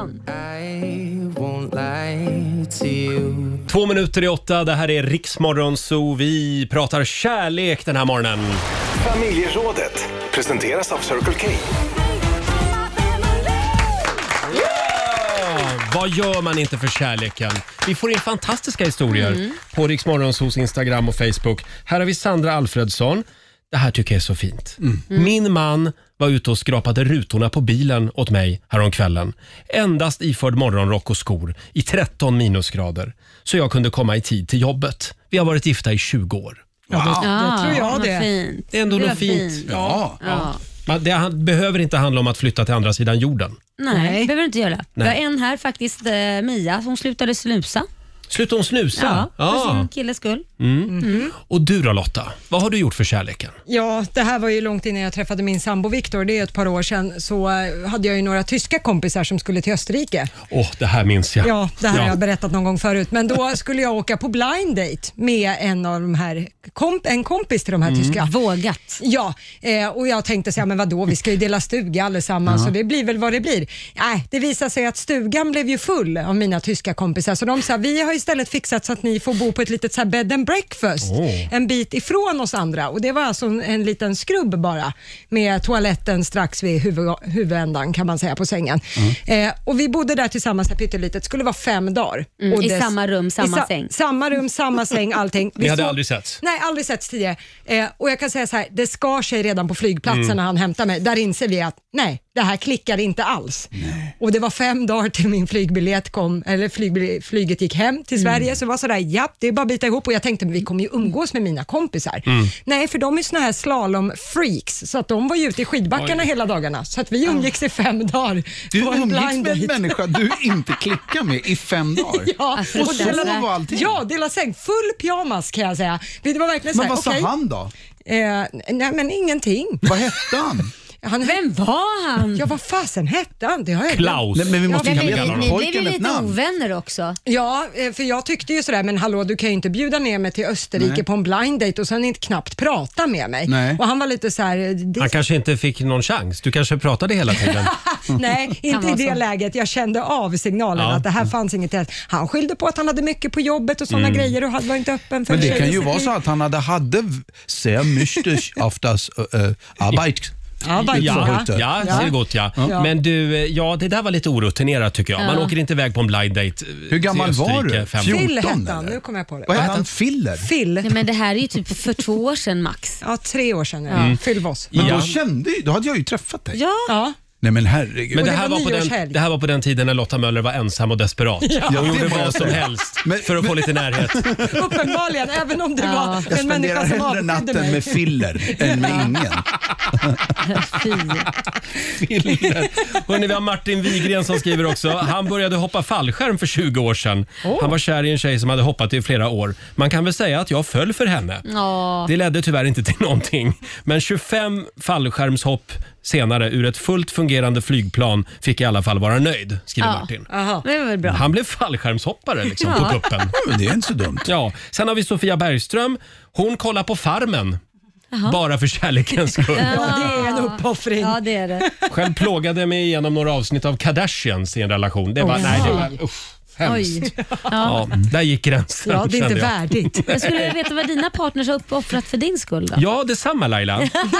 Speaker 1: 7:02. Det här är Rix Morgon Zoo. Vi pratar kärlek den här morgonen.
Speaker 12: Familjerådet presenteras av Circle K.
Speaker 1: Vad gör man inte för kärleken? Vi får in fantastiska historier på Rix Morgon Zoos Instagram och Facebook. Här har vi Sandra Alfredsson. Det här tycker jag är så fint. Min man var ute och skrapade rutorna på bilen åt mig häromkvällen. Endast iförd morgonrock och skor i 13 minusgrader. Så jag kunde komma i tid till jobbet. Vi har varit gifta i 20 år.
Speaker 2: Det tror jag det.
Speaker 4: Fint.
Speaker 1: Det är ändå något fint. Ja. Det behöver inte handla om att flytta till andra sidan jorden.
Speaker 4: Nej, det behöver du inte göra. Vi har en här faktiskt, Mia, hon slutade snusa.
Speaker 1: Slutade hon snusa?
Speaker 4: Ja, för sin killes skull.
Speaker 1: Och du då, Lotta? Vad har du gjort för kärleken?
Speaker 2: Ja, det här var ju långt innan jag träffade min sambo Viktor. Det är ett par år sedan. Så hade jag ju några tyska kompisar som skulle till Österrike.
Speaker 1: Det här minns jag.
Speaker 2: Ja, det här har jag berättat någon gång förut. Men då skulle jag åka på blind date med en av de här en kompis till de här tyska.
Speaker 4: Vågat.
Speaker 2: Ja, och jag tänkte säga, men vadå, vi ska ju dela stuga allesammans, så det blir väl vad det blir. Nej, det visade sig att stugan blev ju full av mina tyska kompisar, så de sa, vi har istället fixat så att ni får bo på ett litet så här bed and breakfast, en bit ifrån oss andra, och det var alltså en liten skrubb bara, med toaletten strax vid huvudändan kan man säga på sängen. Och vi bodde där tillsammans här pyttelitet, skulle vara 5 dagar. Och
Speaker 4: i samma rum, samma säng.
Speaker 2: Samma rum, samma säng, allting.
Speaker 1: Ni hade aldrig sett?
Speaker 2: Nej, aldrig setts tidigare. Och jag kan säga så här, det skar sig redan på flygplatsen när han hämtade mig. Där inser vi att nej, det här klickar inte alls. Nej. Och det var 5 dagar till min flygbiljett kom, eller flyget gick hem till Sverige, så det var sådär, ja, det är bara att bita ihop, och jag tänkte, vi kommer ju umgås med mina kompisar. Nej, för de är såna här slalom-freaks, så att de var ju ute i skidbackarna hela dagarna, så att vi umgicks i 5 dagar.
Speaker 8: Du umgicks med en människa du inte klickar med i 5 dagar?
Speaker 2: Ja,
Speaker 8: och så var allting.
Speaker 2: Ja, dela säng, full pyjamas kan jag säga. Det var verkligen så här,
Speaker 8: men vad sa han då?
Speaker 2: Nej, men ingenting.
Speaker 8: Vad hette han?
Speaker 4: Vem var han?
Speaker 2: Ja, vad fasen hette han? Det har jag
Speaker 1: Klaus.
Speaker 8: Nej, men vi måste
Speaker 4: ni blev ju lite ovänner också.
Speaker 2: Ja, för jag tyckte ju sådär, men hallå, du kan ju inte bjuda ner mig till Österrike på en blind date och sen inte knappt prata med mig.
Speaker 8: Nej.
Speaker 2: Och han var lite så här.
Speaker 1: Han kanske inte fick någon chans. Du kanske pratade hela tiden.
Speaker 2: Nej, inte i det läget. Jag kände av signalen att det här fanns inget test. Han skyllde på att han hade mycket på jobbet och sådana grejer och var inte öppen för.
Speaker 8: Men det kan ju vara så att han hade sehr mycket auf das Arbeit.
Speaker 1: Ser gott, Men du, det där var lite orutinerat tycker jag. Man åker inte iväg på en blind date.
Speaker 8: Hur gammal var du?
Speaker 2: 14? Phil hette han, nu kommer jag på det.
Speaker 8: Vad hette han? Filler?
Speaker 2: Phil.
Speaker 4: Ja, men det här är ju typ för 2 år sedan max.
Speaker 2: Ja, 3 år sedan. Phil Voss.
Speaker 8: Men då hade jag ju träffat dig.
Speaker 2: Ja.
Speaker 8: Nej, men herregud.
Speaker 1: Men det här var på den tiden när Lotta Möller var ensam och desperat. Hon gjorde vad som helst för att få lite närhet.
Speaker 2: Uppenbarligen, även om det var
Speaker 8: jag
Speaker 2: en människa som
Speaker 8: hellre natten med filler än med ingen.
Speaker 1: Filler. Hörrni, vi har Martin Wigren som skriver också. Han började hoppa fallskärm för 20 år sedan. Han var kär i en tjej som hade hoppat i flera år. Man kan väl säga att jag föll för henne. Det ledde tyvärr inte till någonting. Men 25 fallskärmshopp senare ur ett fullt fungerande flygplan fick i alla fall vara nöjd, skriver Martin.
Speaker 4: Det var väl bra.
Speaker 1: Han blev fallskärmshoppare liksom, på kuppen.
Speaker 8: Men det är inte så dumt.
Speaker 1: Ja. Sen har vi Sofia Bergström. Hon kollar på Farmen. Bara för kärlekens skull.
Speaker 2: Ja, det är en uppoffring.
Speaker 4: Ja, det är det.
Speaker 1: Själv plågade mig igenom några avsnitt av Kardashians i en relation. Det var, hemskt. Ja, där gick gränsen.
Speaker 2: Ja, det är inte värdigt.
Speaker 4: Jag skulle vilja veta vad dina partners har uppoffrat för din skull då?
Speaker 1: Ja, detsamma Laila.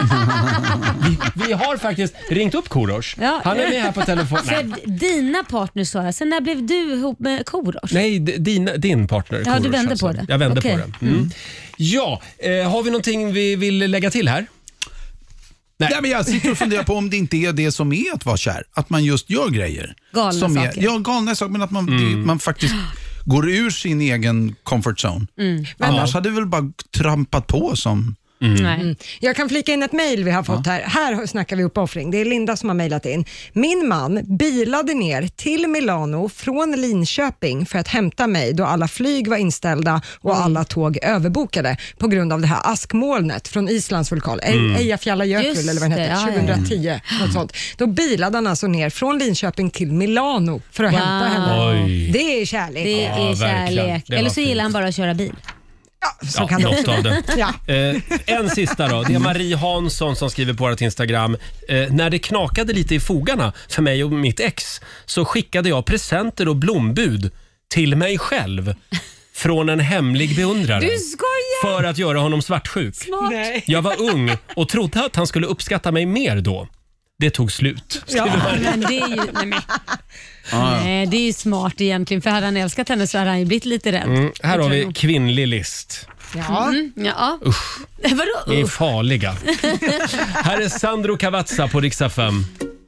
Speaker 1: vi har faktiskt ringt upp Korosh.
Speaker 4: Ja.
Speaker 1: Han är med här på telefon.
Speaker 4: För dina partners sa jag. Sen när blev du ihop med Korosh?
Speaker 1: Nej, din partner Korosh.
Speaker 4: Ja, du vände
Speaker 1: alltså.
Speaker 4: på det.
Speaker 1: Jag vände
Speaker 4: Okej.
Speaker 1: på det. Ja, har vi någonting vi vill lägga till här?
Speaker 8: Nej, men jag sitter och funderar på om det inte är det som är att vara kär. Att man just gör grejer.
Speaker 4: Galna
Speaker 8: som
Speaker 4: saker.
Speaker 8: Ja, galna saker, men att man faktiskt går ur sin egen comfort zone. Annars hade vi väl bara trampat på som...
Speaker 2: Jag kan flika in ett mejl vi har fått här. Här snackar vi uppoffring. Det är Linda som har mejlat in. Min man bilade ner till Milano från Linköping för att hämta mig då alla flyg var inställda och alla tåg överbokade på grund av det här askmolnet från Islands vulkan. Eyjafjallajökull eller vad den heter, 2010. Något sånt. Då bilade han alltså ner från Linköping till Milano för att hämta henne. Det är kärlek.
Speaker 4: Det är kärlek. Eller så gillar han bara att köra bil.
Speaker 2: Ja, så kan det också.
Speaker 1: Något av det. En sista då. Det är Marie Hansson som skriver på vårt Instagram. När det knakade lite i fogarna för mig och mitt ex så skickade jag presenter och blombud till mig själv från en hemlig beundrare.
Speaker 4: Du skojar!
Speaker 1: För att göra honom svartsjuk.
Speaker 4: Smart.
Speaker 1: Jag var ung och trodde att han skulle uppskatta mig mer då. Det tog slut.
Speaker 4: Men det är ju... Nej, det är ju smart egentligen. För hade han älskat henne så hade han ju blivit lite rädd.
Speaker 1: Här har vi kvinnlig list.
Speaker 2: Ja.
Speaker 4: Ja.
Speaker 1: Usch.
Speaker 4: Vadå?
Speaker 1: Ni är farliga. Här är Sandro Cavazza på Rix FM.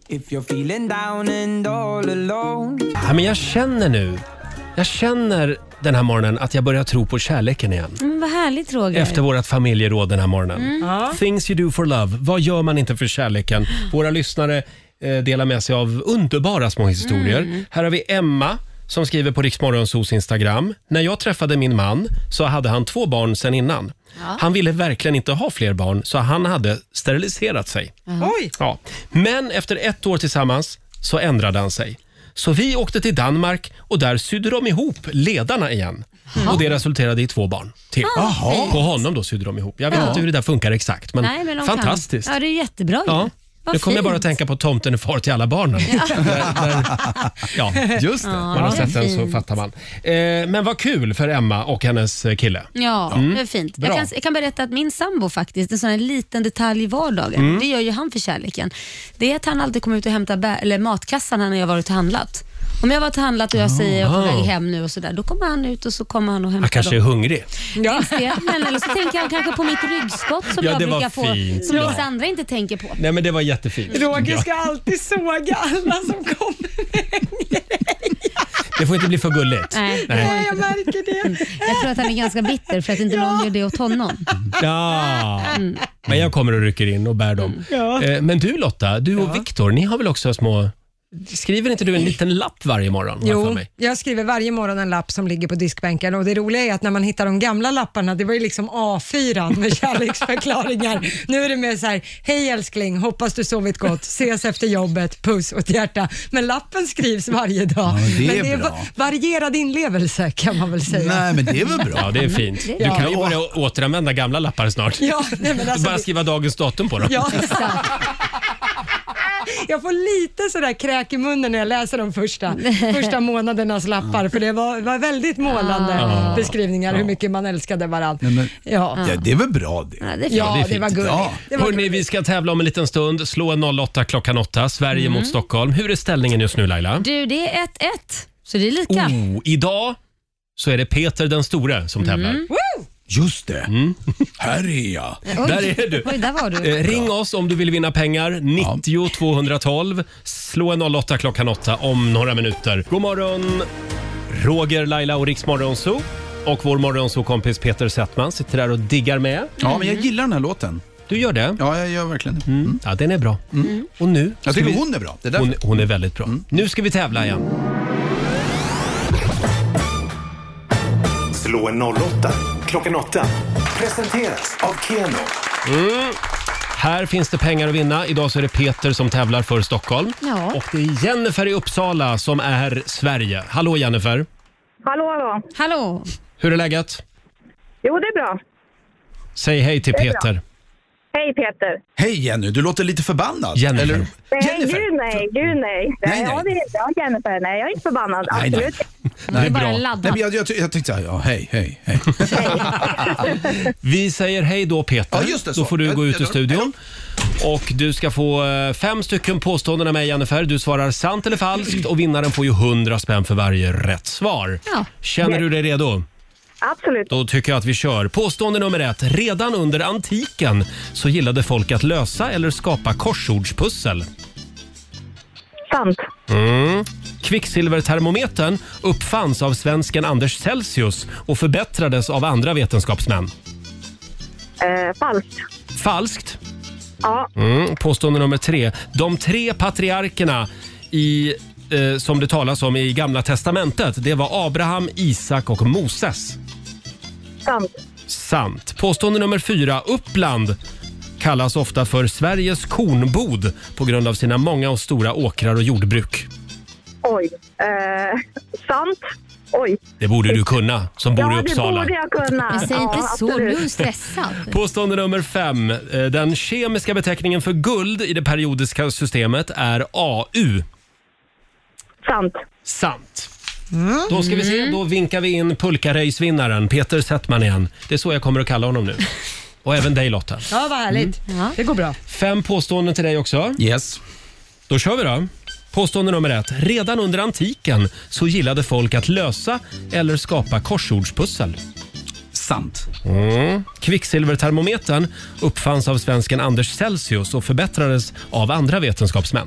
Speaker 1: Men jag känner den här morgonen att jag börjar tro på kärleken igen.
Speaker 4: Vad härligt, Roger.
Speaker 1: Efter vårat familjeråd den här morgonen. Things you do for love. Vad gör man inte för kärleken? Våra lyssnare delar med sig av underbara små historier. Här har vi Emma som skriver på Rix Morgonzos Instagram. När jag träffade min man så hade han 2 barn sedan innan. Han ville verkligen inte ha fler barn så han hade steriliserat sig.
Speaker 2: Oj!
Speaker 1: Ja. Men efter 1 år tillsammans så ändrade han sig. Så vi åkte till Danmark och där sydde de ihop ledarna igen. Och det resulterade i 2 barn till. På honom då sydde de ihop. Jag vet inte hur det där funkar exakt, men,
Speaker 4: Nej, men
Speaker 1: fantastiskt.
Speaker 4: Ja, det är jättebra.
Speaker 1: Ja. Nu kommer jag bara att tänka på Tomten är far till alla barnen. Ja,
Speaker 8: just det.
Speaker 1: Man har sett den så fattar man. Men vad kul för Emma och hennes kille.
Speaker 4: Ja, det är fint. Jag kan berätta att min sambo faktiskt, en sån här liten detalj i vardagen, det gör ju han för kärleken. Det är att han alltid kommer ut och hämtar matkassan när jag varit och handlat. Om jag har varit och handlat och jag säger jag är på väg hem nu och sådär, då kommer han ut och så kommer han och hämtar
Speaker 1: Han kanske är hungrig.
Speaker 4: Ja. Eller så tänker han kanske på mitt ryggskott som jag brukar få, som vissa andra inte tänker på.
Speaker 1: Nej, men det var jättefint.
Speaker 2: Roger ska alltid såga alla som kommer med
Speaker 1: Det får inte bli för gulligt.
Speaker 4: Nej.
Speaker 2: jag märker det.
Speaker 4: Jag tror att han är ganska bitter för att inte någon gör det åt honom.
Speaker 1: Ja, men jag kommer och rycker in och bär dem. Men du Lotta, du och Viktor, ni har väl också små... Skriver inte du en liten lapp varje morgon?
Speaker 2: Jo, jag skriver varje morgon en lapp som ligger på diskbänken och det roliga är att när man hittar de gamla lapparna, det var ju liksom A4 med kärleksförklaringar. Nu är det mer så här: hej älskling, hoppas du sovit gott, ses efter jobbet, puss och ett hjärta. Men lappen skrivs varje dag.
Speaker 8: Ja,
Speaker 2: men det är varierad inlevelse kan man väl säga.
Speaker 8: Nej, men det är väl bra.
Speaker 1: Ja, det är fint. Du kan ju börja återanvända gamla lappar snart.
Speaker 2: Ja, nej, men alltså,
Speaker 1: bara skriva dagens datum på dem.
Speaker 2: Ja, jag får lite sådär kräk i munnen när jag läser de första månadernas lappar, för det var väldigt målande beskrivningar hur mycket man älskade varandra.
Speaker 8: Ja, det är väl bra det.
Speaker 2: Det var gulligt.
Speaker 1: Hörrni, vi ska tävla om en liten stund. Slå en 08 klockan 8. Sverige mot Stockholm. Hur är ställningen just nu, Laila?
Speaker 4: Du, det är 1-1. Så det är lika.
Speaker 1: Idag så är det Peter den store som tävlar.
Speaker 8: Just det. Här är jag.
Speaker 1: Där är du.
Speaker 4: Oj, där var du.
Speaker 1: Ring oss om du vill vinna pengar. 90 212. Slå en 08 klockan 8 om några minuter. God morgon, Roger, Laila och Rix Morgonzoo. Och vår Morgonzoo-kompis Peter Settman sitter där och diggar med.
Speaker 8: Ja, men jag gillar den här låten.
Speaker 1: Du gör det?
Speaker 8: Ja, jag gör verkligen det.
Speaker 1: Ja, den är bra. Och nu
Speaker 8: jag tycker hon är bra. Det är
Speaker 1: hon är väldigt bra. Nu ska vi tävla igen.
Speaker 12: Slå en 08 klockan 8. Presenteras av Keno.
Speaker 1: Här finns det pengar att vinna. Idag så är det Peter som tävlar för Stockholm.
Speaker 4: Ja.
Speaker 1: Och det är Jennifer i Uppsala som är Sverige. Hallå Jennifer.
Speaker 4: Hallå.
Speaker 1: Hur är läget?
Speaker 6: Jo, det är bra.
Speaker 1: Säg hej till Peter.
Speaker 6: Hej Peter.
Speaker 8: Hej Jenny, du låter lite förbannad.
Speaker 1: Jennifer.
Speaker 8: Eller?
Speaker 6: Nej, gud nej.
Speaker 8: Nej.
Speaker 6: Ja, det är Jennifer. Nej, jag är inte förbannad.
Speaker 8: Nej.
Speaker 6: Absolut.
Speaker 1: Det är bra.
Speaker 8: Nej, men jag tänkte så här, ja, hej.
Speaker 1: Vi säger hej då, Peter.
Speaker 8: Ja, just det, så.
Speaker 1: Då får du gå ut ur studion. Och du ska få 5 stycken påståenden av mig, Jennifer. Du svarar sant eller falskt och vinnaren får ju 100 spänn för varje rätt svar.
Speaker 4: Ja.
Speaker 1: Känner du dig redo?
Speaker 6: Absolut.
Speaker 1: Då tycker jag att vi kör. Påstående nummer 1. Redan under antiken så gillade folk att lösa eller skapa korsordspussel.
Speaker 6: Sant.
Speaker 1: Kvicksilvertermometern uppfanns av svensken Anders Celsius och förbättrades av andra vetenskapsmän.
Speaker 6: Falskt.
Speaker 1: Falskt?
Speaker 6: Ja.
Speaker 1: Påstående nummer 3. De 3 patriarkerna som det talas om i Gamla testamentet, det var Abraham, Isak och Moses.
Speaker 6: Sant.
Speaker 1: Sant. Påstående nummer 4. Uppland kallas ofta för Sveriges kornbod på grund av sina många och stora åkrar och jordbruk.
Speaker 6: Oj. Sant. Oj.
Speaker 1: Det borde du kunna som bor i Uppsala.
Speaker 6: Ja, det borde jag kunna.
Speaker 4: Men säg inte så,
Speaker 6: absolut.
Speaker 4: nu är du stressad.
Speaker 1: Påstående nummer 5. Den kemiska beteckningen för guld i det periodiska systemet är AU.
Speaker 6: Sant.
Speaker 1: Sant. Då ska vi se, då vinkar vi in pulka-race-vinnaren Peter Settman igen. Det är så jag kommer att kalla honom nu. Och även dig, Lotta.
Speaker 2: Ja, vad härligt. Det går bra.
Speaker 1: 5 påståenden till dig också.
Speaker 8: Yes.
Speaker 1: Då kör vi då. Påstående nummer 1. Redan under antiken så gillade folk att lösa eller skapa korsordspussel.
Speaker 8: Sant.
Speaker 1: Kvicksilvertermometern uppfanns av svensken Anders Celsius och förbättrades av andra vetenskapsmän.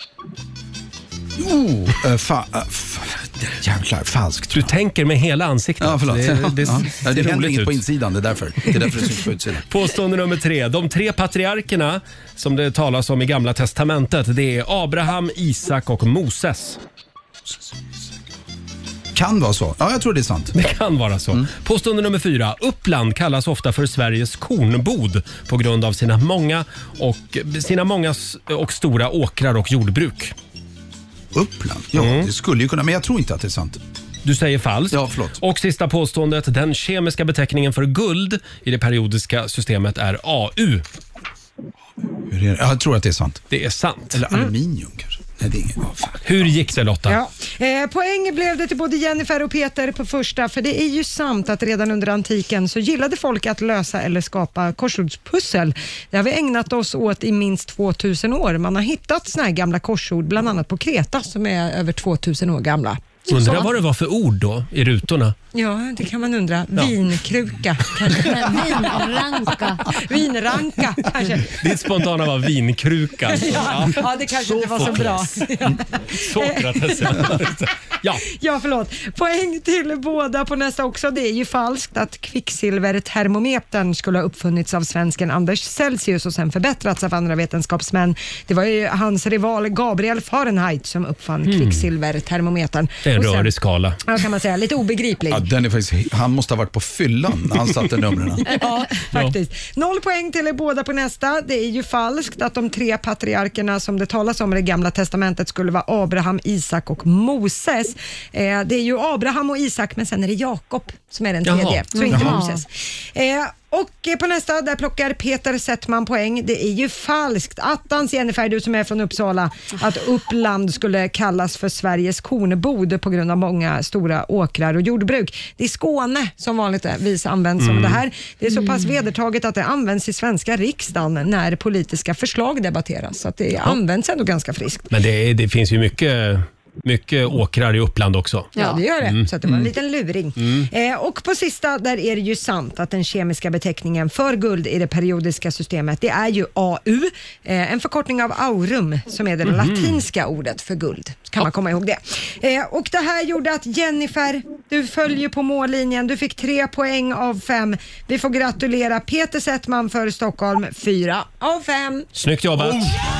Speaker 8: Jävlar, falskt.
Speaker 1: Du tänker med hela ansiktet.
Speaker 8: Ja, förlåt. Det händer inget
Speaker 1: ut.
Speaker 8: på insidan, det är därför det syns på utsidan.
Speaker 1: Påstående nummer 3. De 3 patriarkerna som det talas om i Gamla testamentet, det är Abraham, Isak och Moses.
Speaker 8: Kan vara så. Ja, jag tror det är sant.
Speaker 1: Det kan vara så. Påstående nummer 4. Uppland kallas ofta för Sveriges kornbod på grund av sina många och stora åkrar och jordbruk.
Speaker 8: Uppland? Ja, det skulle ju kunna, men jag tror inte att det är sant.
Speaker 1: Du säger falskt.
Speaker 8: Ja, förlåt.
Speaker 1: Och sista påståendet. Den kemiska beteckningen för guld i det periodiska systemet är AU.
Speaker 8: Jag tror att det är sant.
Speaker 1: Det är sant.
Speaker 8: Eller aluminium kanske. Nej, det är ingen.
Speaker 1: Hur gick det, Lotta?
Speaker 2: Ja. Poäng blev det till både Jennifer och Peter på första, för det är ju sant att redan under antiken så gillade folk att lösa eller skapa korsordspussel. Det har vi ägnat oss åt i minst 2000 år. Man har hittat såna här gamla korsord, bland annat på Kreta, som är över 2000 år gamla.
Speaker 1: Undrar vad det var för ord då i rutorna?
Speaker 2: Ja, det kan man undra. Vinkruka kanske.
Speaker 4: Vinranka.
Speaker 2: Vinranka kanske.
Speaker 1: Ditt spontana var vinkruka.
Speaker 2: Ja, det kanske inte var så bra.
Speaker 1: Sokrates.
Speaker 2: Ja, förlåt. Poäng till båda på nästa också. Det är ju falskt att kvicksilvertermometern skulle ha uppfunnits av svensken Anders Celsius och sen förbättrats av andra vetenskapsmän. Det var ju hans rival Gabriel Fahrenheit som uppfann kvicksilvertermometern.
Speaker 1: Det är en rörig skala.
Speaker 2: Ja, kan man säga. Lite obegriplig.
Speaker 8: Ja, den är faktiskt, han måste ha varit på fyllan när han satte numren.
Speaker 2: Ja, faktiskt. 0 poäng till er båda på nästa. Det är ju falskt att de 3 patriarkerna som det talas om i det Gamla testamentet skulle vara Abraham, Isak och Moses. Det är ju Abraham och Isak, men sen är det Jakob som är den tredje, så inte Moses. Och på nästa, där plockar Peter Settman poäng. Det är ju falskt. Attans, Jennifer, du som är från Uppsala, att Uppland skulle kallas för Sveriges kornbod på grund av många stora åkrar och jordbruk. Det är Skåne som vanligtvis används som det här. Det är så pass vedertaget att det används i svenska riksdagen när politiska förslag debatteras. Så att det används ändå ganska friskt.
Speaker 1: Men det finns ju mycket åkrar i Uppland också.
Speaker 2: Ja, det gör det. Så att det var en liten luring. Och på sista, där är det ju sant att den kemiska beteckningen för guld i det periodiska systemet, det är ju AU. En förkortning av aurum, som är det latinska ordet för guld. Kan man komma ihåg det. Och det här gjorde att Jennifer, du följer på mållinjen. Du fick 3 poäng av 5. Vi får gratulera Peter Settman för Stockholm, 4 av 5.
Speaker 1: Snyggt jobbat.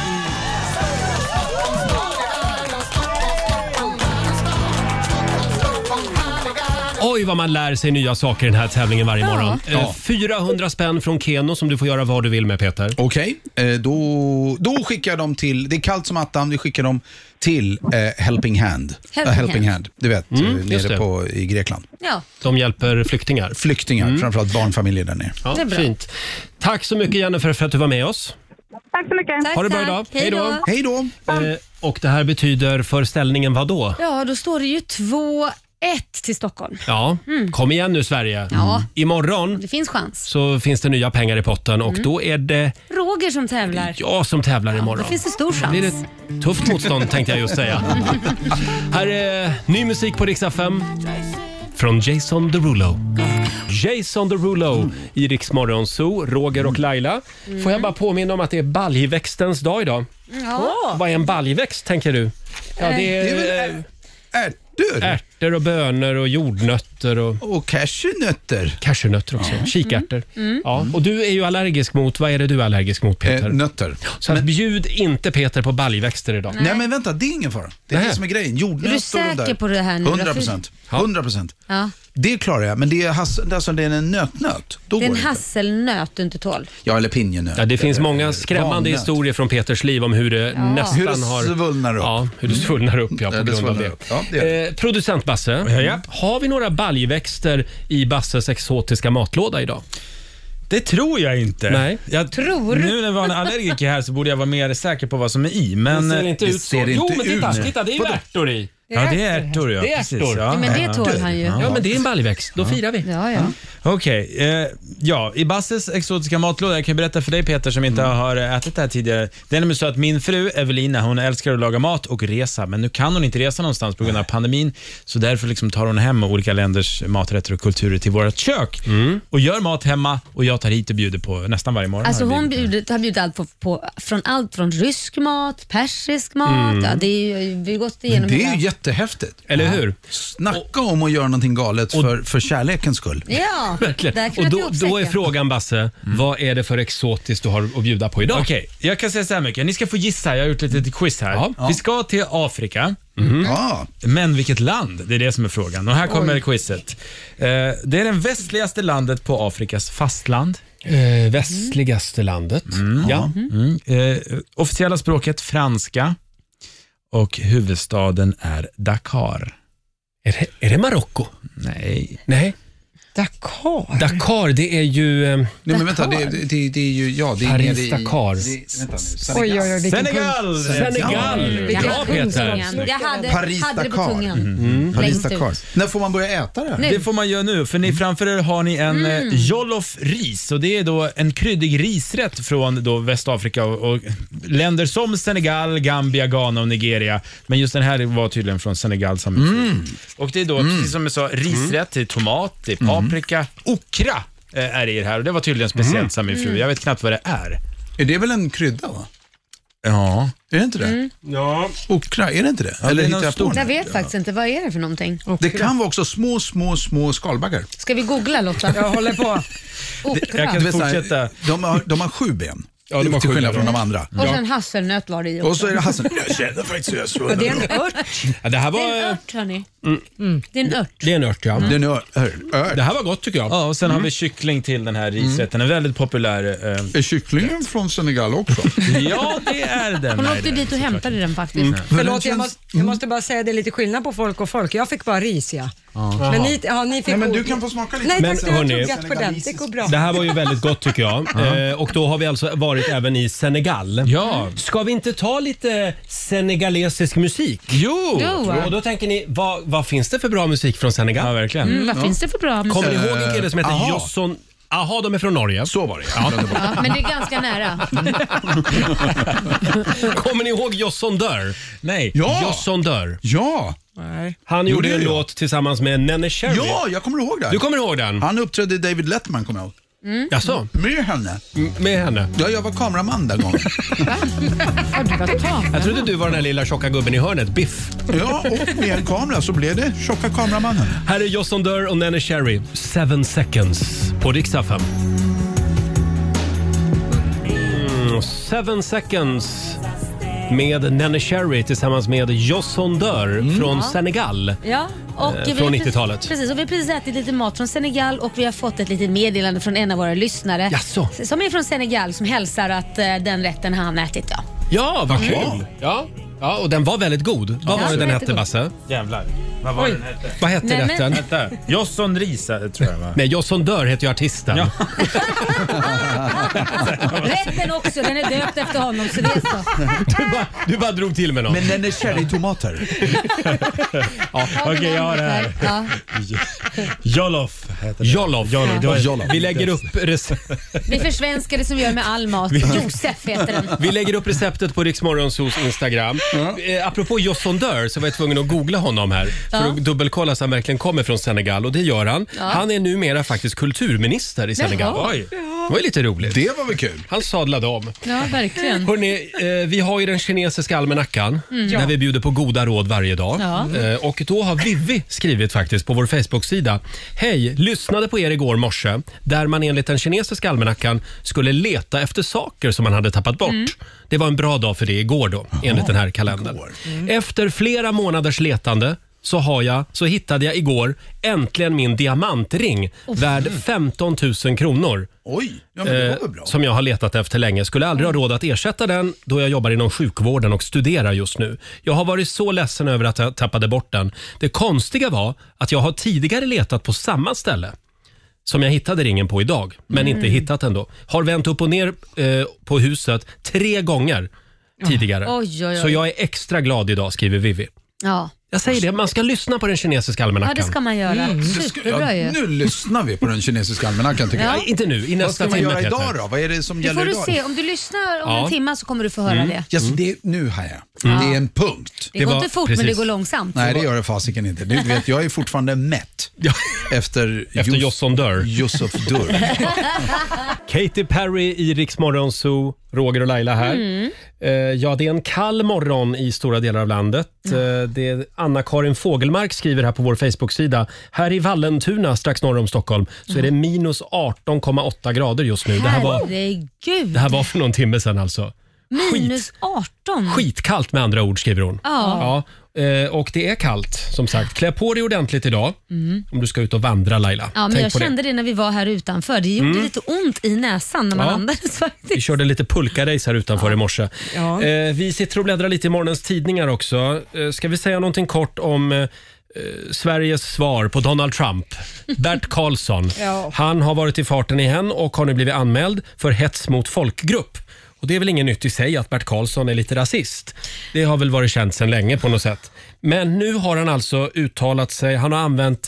Speaker 1: Oj, vad man lär sig nya saker i den här tävlingen varje morgon. 400 spänn från Keno som du får göra vad du vill med, Peter.
Speaker 8: Okej, då skickar jag dem till, det är kallt som attan, vi skickar dem till Helping Hand. Helping Hand, du vet, nere i Grekland.
Speaker 4: Ja.
Speaker 1: De hjälper flyktingar.
Speaker 8: Framförallt barnfamiljer där nere.
Speaker 1: Ja, fint. Tack så mycket, Jennifer, för att du var med oss.
Speaker 6: Tack så mycket.
Speaker 1: Ha det bra idag.
Speaker 4: Hej då.
Speaker 8: Hej då.
Speaker 1: Och det här betyder för ställningen vad då?
Speaker 4: Ja, då står det ju 2-1 1 till Stockholm.
Speaker 1: Ja, kom igen nu Sverige.
Speaker 4: Ja.
Speaker 1: Imorgon
Speaker 4: Det finns chans.
Speaker 1: så finns det nya pengar i potten och då är det
Speaker 4: Roger som tävlar.
Speaker 1: jag som tävlar imorgon.
Speaker 4: Då finns det stor chans.
Speaker 1: Blir det tufft motstånd tänkte jag just säga. Här är ny musik på Rix FM från Jason Derulo. Jason Derulo i Rix Morgon Zoo, Roger och Laila. Får jag bara påminna om att det är baljväxtens dag idag.
Speaker 4: Ja.
Speaker 1: Vad är en baljväxt tänker du? Ja, det är ärtor och bönor och jordnötter
Speaker 8: och cashewnötter.
Speaker 1: Cashewnötter också, kikärtor. Ja, och du är ju allergisk mot, vad är det du är allergisk mot Peter?
Speaker 8: Nötter.
Speaker 1: Så att bjud inte Peter på baljväxter idag.
Speaker 8: Nej men vänta, det är ingen fara. Det är det som är grejen. Jordnötter.
Speaker 4: Är du säker på det här nu?
Speaker 8: 100%. 100%.
Speaker 4: Ja.
Speaker 8: Det klarar jag, men det är en nötnöt. Då
Speaker 4: Det är en
Speaker 8: går det
Speaker 4: hasselnöt du inte tål.
Speaker 8: Ja, eller pinjenöt.
Speaker 1: Ja, det finns många skrämmande
Speaker 8: Valnöt.
Speaker 1: historier från Peters liv om hur det nästan
Speaker 8: hur det
Speaker 1: har...
Speaker 8: svullnar upp.
Speaker 1: Ja, hur det svullnar upp på grund av det.
Speaker 8: Ja, det
Speaker 1: producent Basse, har vi några baljväxter i Basses exotiska matlåda idag?
Speaker 7: Det tror jag inte.
Speaker 1: Nej.
Speaker 4: Tror?
Speaker 7: Nu när vi har en allergiker här så borde jag vara mer säker på vad som är i. Men
Speaker 1: det ser inte ut så. Jo, men titta, det är ju ärtor i.
Speaker 7: Ja, det är ärtor. Ja,
Speaker 1: det är
Speaker 7: precis.
Speaker 1: ärtor.
Speaker 7: Ja,
Speaker 4: Men det tål han ju.
Speaker 1: Ja, men det är en baljväxt. Då firar vi.
Speaker 4: Ja.
Speaker 7: Okej, i Basses exotiska matlåda, jag kan berätta för dig Peter som inte har ätit det här tidigare. Det är nämligen så att min fru Evelina, hon älskar att laga mat och resa, men nu kan hon inte resa någonstans på grund av pandemin, så därför liksom tar hon hem olika länders maträtter och kulturer till vårt kök och gör mat hemma och jag tar hit och bjuder på nästan varje morgon.
Speaker 4: Alltså hon har bjudit allt från rysk mat, persisk mat. Ja, det är ju, vi har gått igenom
Speaker 8: det är ju jättehäftigt.
Speaker 1: Eller hur?
Speaker 8: Snacka om att göra någonting galet för kärlekens skull.
Speaker 4: Ja,
Speaker 1: verkligen. Och då är frågan Basse, vad är det för exotiskt du har att bjuda på idag?
Speaker 7: Okej, jag kan säga så här mycket. Ni ska få gissa, jag har gjort ett litet quiz här.
Speaker 1: Ja.
Speaker 7: Vi ska till Afrika. Men vilket land? Det är det som är frågan. Och här kommer quizet. Det är det västligaste landet på Afrikas fastland.
Speaker 1: Västligaste landet.
Speaker 7: Officiella språket franska. Och huvudstaden är Dakar.
Speaker 1: Är det Marocko? Nej. Dakar, det är ju...
Speaker 8: Nej, men vänta, det är ju... Ja, det är
Speaker 1: Paris, Dakar.
Speaker 8: Senegal.
Speaker 7: Senegal!
Speaker 1: Bra Peter.
Speaker 4: Jag hade det på
Speaker 8: Dakar.
Speaker 4: tungan.
Speaker 8: Paris, Dakar. När får man börja äta det?
Speaker 7: Det får man göra nu, för ni framför er har ni en jollof ris, och det är då en kryddig risrätt från då Västafrika och länder som Senegal, Gambia, Ghana och Nigeria. Men just den här var tydligen från Senegal. Och det är då, precis som jag sa, risrätt till tomat, till paprika, okra är i det här, och det var tydligen speciellt som min fru. Jag vet knappt vad det är.
Speaker 8: Är det väl en krydda, va?
Speaker 7: Ja.
Speaker 8: Är det inte det?
Speaker 1: Ja.
Speaker 8: Okra, är det inte det?
Speaker 7: Ja,
Speaker 8: eller
Speaker 7: det är
Speaker 8: hittar jag på
Speaker 7: stort.
Speaker 8: det?
Speaker 4: Jag vet faktiskt inte, vad är det för någonting?
Speaker 8: Det kan vara också små skalbaggar.
Speaker 4: Ska vi googla Lotta?
Speaker 2: Jag håller på.
Speaker 7: Jag kan fortsätta.
Speaker 8: De har 7 ben.
Speaker 1: Ja, de har
Speaker 8: till
Speaker 1: 7
Speaker 8: skillnad
Speaker 1: ben.
Speaker 8: från de andra.
Speaker 4: Och sen hasselnöt var det i också.
Speaker 8: Och så är det hasselnöt. Jag känner faktiskt hur jag slår.
Speaker 2: Det är en ört.
Speaker 1: Ja, det här
Speaker 4: Det är en
Speaker 1: var...
Speaker 4: ört, hörni. Det är en ört.
Speaker 1: Det är en ört, ja.
Speaker 8: Det är en ört.
Speaker 1: Det här var gott tycker jag.
Speaker 7: Ja, och sen har vi kyckling till den här risrätten. En väldigt populär.
Speaker 8: Är kycklingen från Senegal också?
Speaker 7: Ja, det är den.
Speaker 4: Hon åkte dit och hämtade den faktiskt.
Speaker 2: Förlåt, jag måste bara säga det är lite skillnad på folk och folk. Jag fick bara ris, ja. Men ni fick...
Speaker 8: Nej, men du kan få smaka lite.
Speaker 2: Nej,
Speaker 1: Men
Speaker 2: tack, jag har
Speaker 1: hörni,
Speaker 2: tuggat på den. Det går bra.
Speaker 1: Det här var ju väldigt gott tycker jag. Och då har vi alltså varit även i Senegal.
Speaker 7: Ja.
Speaker 1: Ska vi inte ta lite senegalesisk musik?
Speaker 7: Jo!
Speaker 1: Och då tänker ni, vad finns det för bra musik från Senegal?
Speaker 7: Ja, verkligen.
Speaker 4: Vad finns det för bra musik?
Speaker 1: Kommer ni ihåg en kille som heter
Speaker 8: Aha.
Speaker 1: Josson? Aha, de är från Norge.
Speaker 8: Så var det.
Speaker 4: Ja, men det är ganska nära.
Speaker 1: Kommer ni ihåg Josson Dör?
Speaker 7: Nej.
Speaker 8: Ja.
Speaker 1: Josson Dör.
Speaker 8: Ja.
Speaker 1: Han gjorde
Speaker 8: det
Speaker 1: en
Speaker 8: är jag.
Speaker 1: låt tillsammans med Nene Cherry.
Speaker 8: Ja, jag kommer ihåg det.
Speaker 1: Du kommer ihåg den?
Speaker 8: Han uppträdde i David Letterman, kommer jag ihåg.
Speaker 1: Jaså?
Speaker 8: Med henne.
Speaker 1: Med henne?
Speaker 8: Ja, jag var kameraman den gången.
Speaker 4: Ja, du var tam.
Speaker 1: Jag trodde du var den här lilla tjocka gubben i hörnet, Biff.
Speaker 8: Ja, och med en kamera så blev det tjocka kameramannen.
Speaker 1: Här är Josson Dör och Nene Cherry. 7 seconds på Rix FM. 7 seconds med Nene Cherry tillsammans med Josson Dör från Senegal.
Speaker 4: Ja, och vi
Speaker 1: från
Speaker 4: har
Speaker 1: 90-talet.
Speaker 4: Precis, och vi har precis ätit lite mat från Senegal och vi har fått ett litet meddelande från en av våra lyssnare.
Speaker 1: Jaså?
Speaker 4: Som är från Senegal, som hälsar att den rätten har han ätit. Ja.
Speaker 1: Ja, vad kul. Ja, och den var väldigt god. Vad var det den hette,
Speaker 4: jättegod.
Speaker 1: Basse?
Speaker 7: Jävlar.
Speaker 1: Vad hette rätten?
Speaker 7: Josson Risa, tror jag, va?
Speaker 1: Nej, Josson Dör heter ju artisten. Ja.
Speaker 4: Rätten också, den är döpt efter honom, så det är så.
Speaker 1: Du bara drog till med något.
Speaker 8: Men den är cherrytomater.
Speaker 7: Okej, jag har det här.
Speaker 4: Ja.
Speaker 7: Jollof heter det.
Speaker 1: Jollof. Vi lägger upp
Speaker 4: Vi försvenskar det som vi gör med all mat. Josef heter den.
Speaker 1: Vi lägger upp receptet på Rix Morgonzoos Instagram. Apropå Josson Dör så var jag tvungen att googla honom här för att dubbelkolla så han verkligen kommer från Senegal, och det gör han. Han är numera faktiskt kulturminister i Senegal.
Speaker 7: Oj.
Speaker 1: Det var ju lite roligt.
Speaker 8: Det var väl kul.
Speaker 1: Han sadlade om.
Speaker 4: Ja, verkligen.
Speaker 1: Hörrni, vi har ju den kinesiska almanackan där vi bjuder på goda råd varje dag. Och då har Vivi skrivit faktiskt på vår Facebook-sida: Hej, lyssnade på er igår morse där man enligt den kinesiska almanackan skulle leta efter saker som man hade tappat bort. Det var en bra dag för det igår då, enligt den här kalendern. Efter flera månaders letande så hittade jag igår äntligen min diamantring värd 15 000 kronor.
Speaker 8: Oj, ja, men det var bra.
Speaker 1: Som jag har letat efter länge. Skulle aldrig ha råd att ersätta den då jag jobbar inom sjukvården och studerar just nu. Jag har varit så ledsen över att jag tappade bort den. Det konstiga var att jag har tidigare letat på samma ställe som jag hittade ringen på idag, men inte hittat den då. Har vänt upp och ner på huset 3 gånger tidigare.
Speaker 4: Oj.
Speaker 1: Så jag är extra glad idag, skriver Vivi.
Speaker 4: Ja.
Speaker 1: Jag säger det, man ska lyssna på den kinesiska almanackan.
Speaker 4: Ja, det ska man göra. Superbra ju.
Speaker 8: Nu lyssnar vi på den kinesiska almanackan, tycker jag.
Speaker 1: Nej, inte nu, i nästa timme.
Speaker 8: Vad ska man göra idag då? Vad är det som gäller idag?
Speaker 4: Det får du se. Om du lyssnar om en timme så kommer du få höra det.
Speaker 8: Yes, det är, nu har jag. Det är en punkt.
Speaker 4: Det går inte fort, men det går långsamt.
Speaker 8: Nej, det gör det fasiken inte. Du vet, jag är fortfarande mätt. Efter
Speaker 1: Josson Dör.
Speaker 8: Josef Dör.
Speaker 1: Katy Perry i Rix Morgon Zoo, Roger och Laila här. Ja, det är en kall morgon i stora delar av landet. Det är Anna-Karin Fågelmark skriver här på vår Facebook-sida. Här i Vallentuna, strax norr om Stockholm, så är det minus 18,8 grader just nu. Det här var för någon timme sedan alltså.
Speaker 4: Minus 18?
Speaker 1: Skitkallt med andra ord, skriver hon. Ja. Och det är kallt, som sagt. Klä på dig ordentligt idag om du ska ut och vandra, Laila.
Speaker 4: Ja, men jag kände det när vi var här utanför. Det gjorde lite ont i näsan när man andades faktiskt.
Speaker 1: Vi körde lite pulka-race här utanför i morse. Ja. Vi sitter och bläddrar lite i morgonens tidningar också. Ska vi säga någonting kort om Sveriges svar på Donald Trump? Bert Karlsson. Han har varit i farten igen och har nu blivit anmäld för hets mot folkgrupp. Och det är väl ingen nytt i sig att Bert Karlsson är lite rasist. Det har väl varit känt sedan länge på något sätt. Men nu har han alltså uttalat sig, han har använt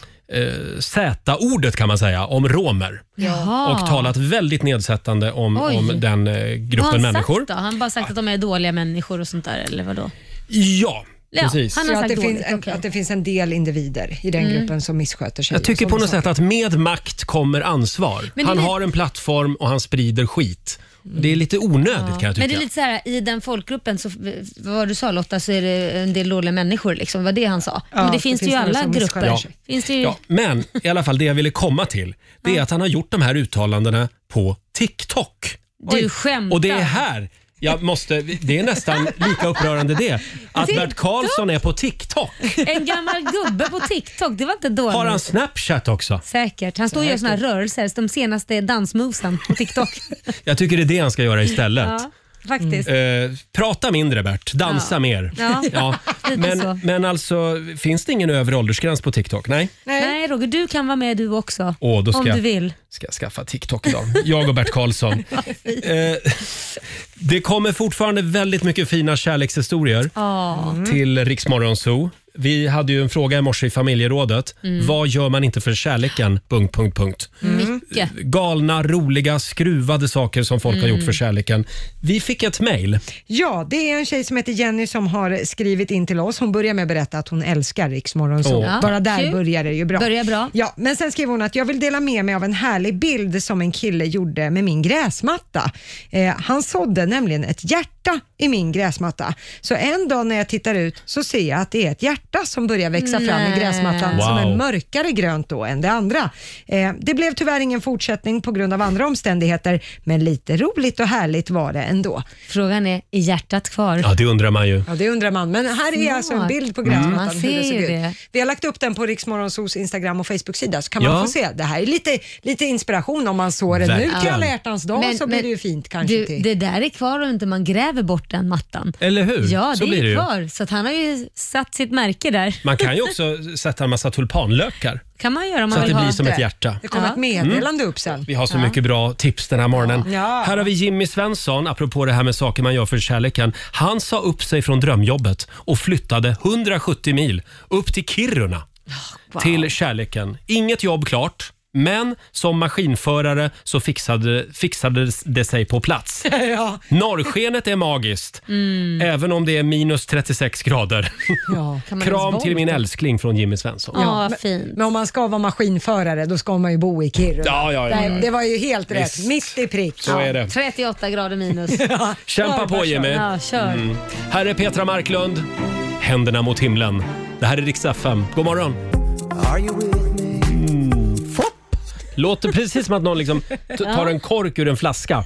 Speaker 1: Z-ordet kan man säga, om romer.
Speaker 4: Jaha.
Speaker 1: Och talat väldigt nedsättande om den gruppen människor.
Speaker 4: Sagt då? Han bara sagt att de är dåliga människor och sånt där, eller vadå?
Speaker 1: Ja. Precis.
Speaker 2: Han har sagt att det finns en del individer i den gruppen som missköter sig.
Speaker 1: Jag tycker på något sätt att med makt kommer ansvar. Han har en plattform och han sprider skit. Det är lite onödigt kan jag tycka.
Speaker 4: Men det är lite så här, i den folkgruppen, så, vad du sa Lotta, så är det en del dåliga människor liksom, vad det han sa. Men det finns det ju i alla grupper.
Speaker 1: Ja.
Speaker 4: Finns det ju...
Speaker 1: Ja, men i alla fall det jag ville komma till, det är att han har gjort de här uttalandena på TikTok.
Speaker 4: Du skämtar.
Speaker 1: Och det är här det är nästan lika upprörande det. Att Bert Karlsson är på TikTok.
Speaker 4: En gammal gubbe på TikTok, det var inte dåligt.
Speaker 1: Har han Snapchat också?
Speaker 4: Säkert. Han står och gör såna här rörelser, de senaste dansmovesen på TikTok.
Speaker 1: Jag tycker det är det han ska göra istället.
Speaker 4: Ja, faktiskt.
Speaker 1: Prata mindre Bert, dansa mer.
Speaker 4: Ja.
Speaker 1: Men alltså, finns det ingen övre åldersgräns på TikTok? Nej
Speaker 4: Roger, du kan vara med du också.
Speaker 1: Då
Speaker 4: om du vill.
Speaker 1: Ska jag skaffa TikTok idag. Jag och Bert Karlsson. Det kommer fortfarande väldigt mycket fina kärlekshistorier till Rix Morgon Zoo. Vi hade ju en fråga i morse i familjerådet. Vad gör man inte för kärleken? ...
Speaker 4: Mycket.
Speaker 1: Galna, roliga, skruvade saker som folk har gjort för kärleken. Vi fick ett mejl.
Speaker 2: Ja, det är en tjej som heter Jenny som har skrivit in till oss. Hon börjar med att berätta att hon älskar Rix Morgon Zoo. Bara där börjar det ju bra.
Speaker 4: Börjar bra.
Speaker 2: Ja, men sen skriver hon att jag vill dela med mig av en härlig bild som en kille gjorde med min gräsmatta. Han sådde nämligen ett hjärta i min gräsmatta. Så en dag när jag tittar ut så ser jag att det är ett hjärta som börjar växa fram i gräsmattan som är mörkare grönt då än det andra. Det blev tyvärr ingen fortsättning på grund av andra omständigheter, men lite roligt och härligt var det ändå.
Speaker 4: Frågan är hjärtat kvar?
Speaker 1: Ja, det undrar man ju.
Speaker 2: Ja, det undrar man. Men här är alltså en bild på gräsmattan.
Speaker 4: Man ser det.
Speaker 2: Vi har lagt upp den på Rix Morgon Zoos Instagram och Facebook-sida, så kan man få se. Det här är lite inspiration om man sår det nu till alla hjärtans dag, så blir det ju fint kanske.
Speaker 4: Det där är kvar och inte man gräver bort den mattan.
Speaker 1: Eller hur?
Speaker 4: Ja,
Speaker 1: så
Speaker 4: det
Speaker 1: blir
Speaker 4: är
Speaker 1: det
Speaker 4: kvar. Så att han har ju satt sitt märke räcker där.
Speaker 1: Man kan ju också sätta en massa tulpanlökar.
Speaker 4: Kan man göra om man
Speaker 1: så att
Speaker 4: vill
Speaker 1: det
Speaker 4: ha
Speaker 1: blir som ett hjärta.
Speaker 2: Det kommer ett meddelande upp sen.
Speaker 1: Vi har så mycket bra tips den här morgonen.
Speaker 2: Ja.
Speaker 1: Här har vi Jimmy Svensson, apropå det här med saker man gör för kärleken. Han sa upp sig från drömjobbet och flyttade 170 mil upp till Kiruna till kärleken. Inget jobb klart. Men som maskinförare så fixade det sig på plats.
Speaker 2: Ja.
Speaker 1: Norrskenet är magiskt, även om det är minus 36 grader.
Speaker 2: Ja.
Speaker 1: Kram till min älskling från Jimmy Svensson.
Speaker 4: Ja, fint.
Speaker 2: Men om man ska vara maskinförare, då ska man ju bo i Kiruna.
Speaker 1: Ja.
Speaker 2: Det var ju helt rätt.
Speaker 1: Visst.
Speaker 2: Mitt i prick.
Speaker 1: Så är det.
Speaker 4: 38 grader minus.
Speaker 1: Kämpa på Jimmy.
Speaker 4: Ja, kör.
Speaker 1: Här är Petra Marklund. Händerna mot himlen. Det här är Rix FM. God morgon. Låter precis som att någon liksom tar en kork ur en flaska.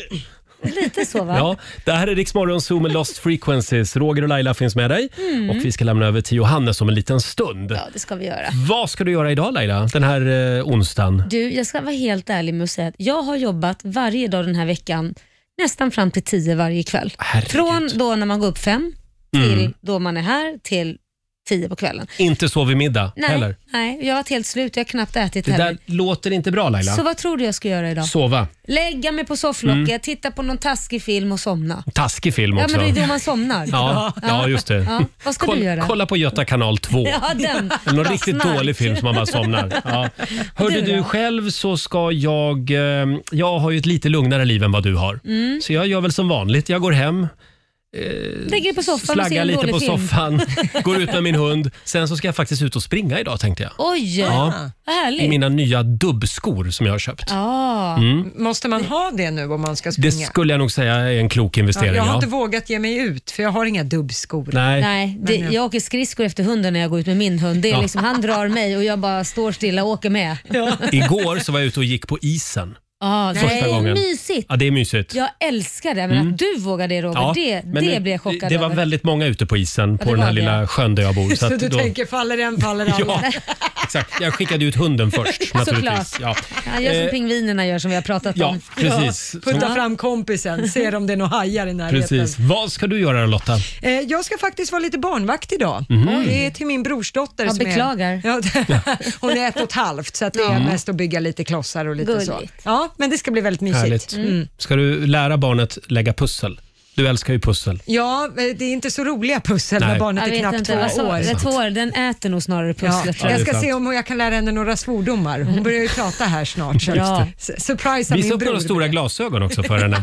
Speaker 4: Lite så va?
Speaker 1: Ja, det här är Rix Morgon Zoom med Lost Frequencies. Roger och Laila finns med dig. Och vi ska lämna över till Johannes om en liten stund.
Speaker 4: Ja, det ska vi göra.
Speaker 1: Vad ska du göra idag Laila, den här onsdagen?
Speaker 4: Du, jag ska vara helt ärlig med att säga att jag har jobbat varje dag den här veckan nästan fram till 10 varje kväll.
Speaker 1: Herregud.
Speaker 4: Från då när man går upp 5 till då man är här till 10 på kvällen.
Speaker 1: Inte sov vid middag heller?
Speaker 4: Nej, jag har varit helt slut. Jag har knappt ätit
Speaker 1: Det
Speaker 4: heller.
Speaker 1: där låter inte bra Laila.
Speaker 4: Så vad tror du jag ska göra idag?
Speaker 1: Sova.
Speaker 4: Lägga mig på sofflocket, titta på någon taskig film och somna.
Speaker 1: Taskig film
Speaker 4: Ja,
Speaker 1: också.
Speaker 4: men det är då man somnar.
Speaker 1: Ja, just det.
Speaker 4: Ja. Vad ska du göra?
Speaker 1: Kolla på Göta kanal 2.
Speaker 4: Ja, den.
Speaker 1: Eller någon riktigt dålig film som man bara somnar. Ja. Hörde du själv så ska jag har ju ett lite lugnare liv än vad du har. Så jag gör väl som vanligt. Jag går hem.
Speaker 4: Lägger på soffan och ser
Speaker 1: slaggar
Speaker 4: en
Speaker 1: lite
Speaker 4: dålig
Speaker 1: på
Speaker 4: film.
Speaker 1: soffan, går ut med min hund. Sen så ska jag faktiskt ut och springa idag tänkte jag.
Speaker 4: Oj, vad härligt.
Speaker 1: I mina nya dubbskor som jag har köpt.
Speaker 2: Måste man ha det nu om man ska springa?
Speaker 1: Det skulle jag nog säga är en klok investering.
Speaker 2: Jag har inte vågat ge mig ut för jag har inga dubbskor.
Speaker 1: Nej.
Speaker 4: Jag åker skridskor efter hunden när jag går ut med min hund. Det är liksom, han drar mig och jag bara står stilla och åker med.
Speaker 1: Igår så var jag ute och gick på isen.
Speaker 4: Första gången. Mysigt.
Speaker 1: Ja, det är mysigt.
Speaker 4: Jag älskar det, men att du vågar det Roger, det blir jag chockad
Speaker 1: Det var
Speaker 4: över.
Speaker 1: väldigt många ute på isen på den här lilla sjön där jag bor.
Speaker 2: Så
Speaker 1: att
Speaker 2: du tänker faller en, faller alla.
Speaker 1: Ja, exakt. Jag skickade ut hunden först naturligtvis.
Speaker 4: Såklart. Han gör som pingvinerna gör som vi har pratat om.
Speaker 1: Precis.
Speaker 2: Putta fram kompisen, ser om det är några hajar i närheten.
Speaker 1: Precis. Vad ska du göra Lotta?
Speaker 2: Jag ska faktiskt vara lite barnvakt idag. Det är till min brorsdotter.
Speaker 4: Jag
Speaker 2: som
Speaker 4: beklagar.
Speaker 2: Hon är 1,5 så att det är mest att bygga lite klossar och lite så.
Speaker 4: Gulligt.
Speaker 2: Ja, men det ska bli väldigt mysigt.
Speaker 1: Härligt. Ska du lära barnet lägga pussel? Du älskar ju pussel.
Speaker 2: Ja, det är inte så roliga pussel när barnet är knappt 2 år.
Speaker 4: 2 år, den äter nog snarare pusslet.
Speaker 2: Jag ska se om jag kan lära henne några svordomar. Hon börjar ju prata här snart. Så surprise min
Speaker 1: Visa upp
Speaker 2: bror.
Speaker 1: några stora glasögon också för henne.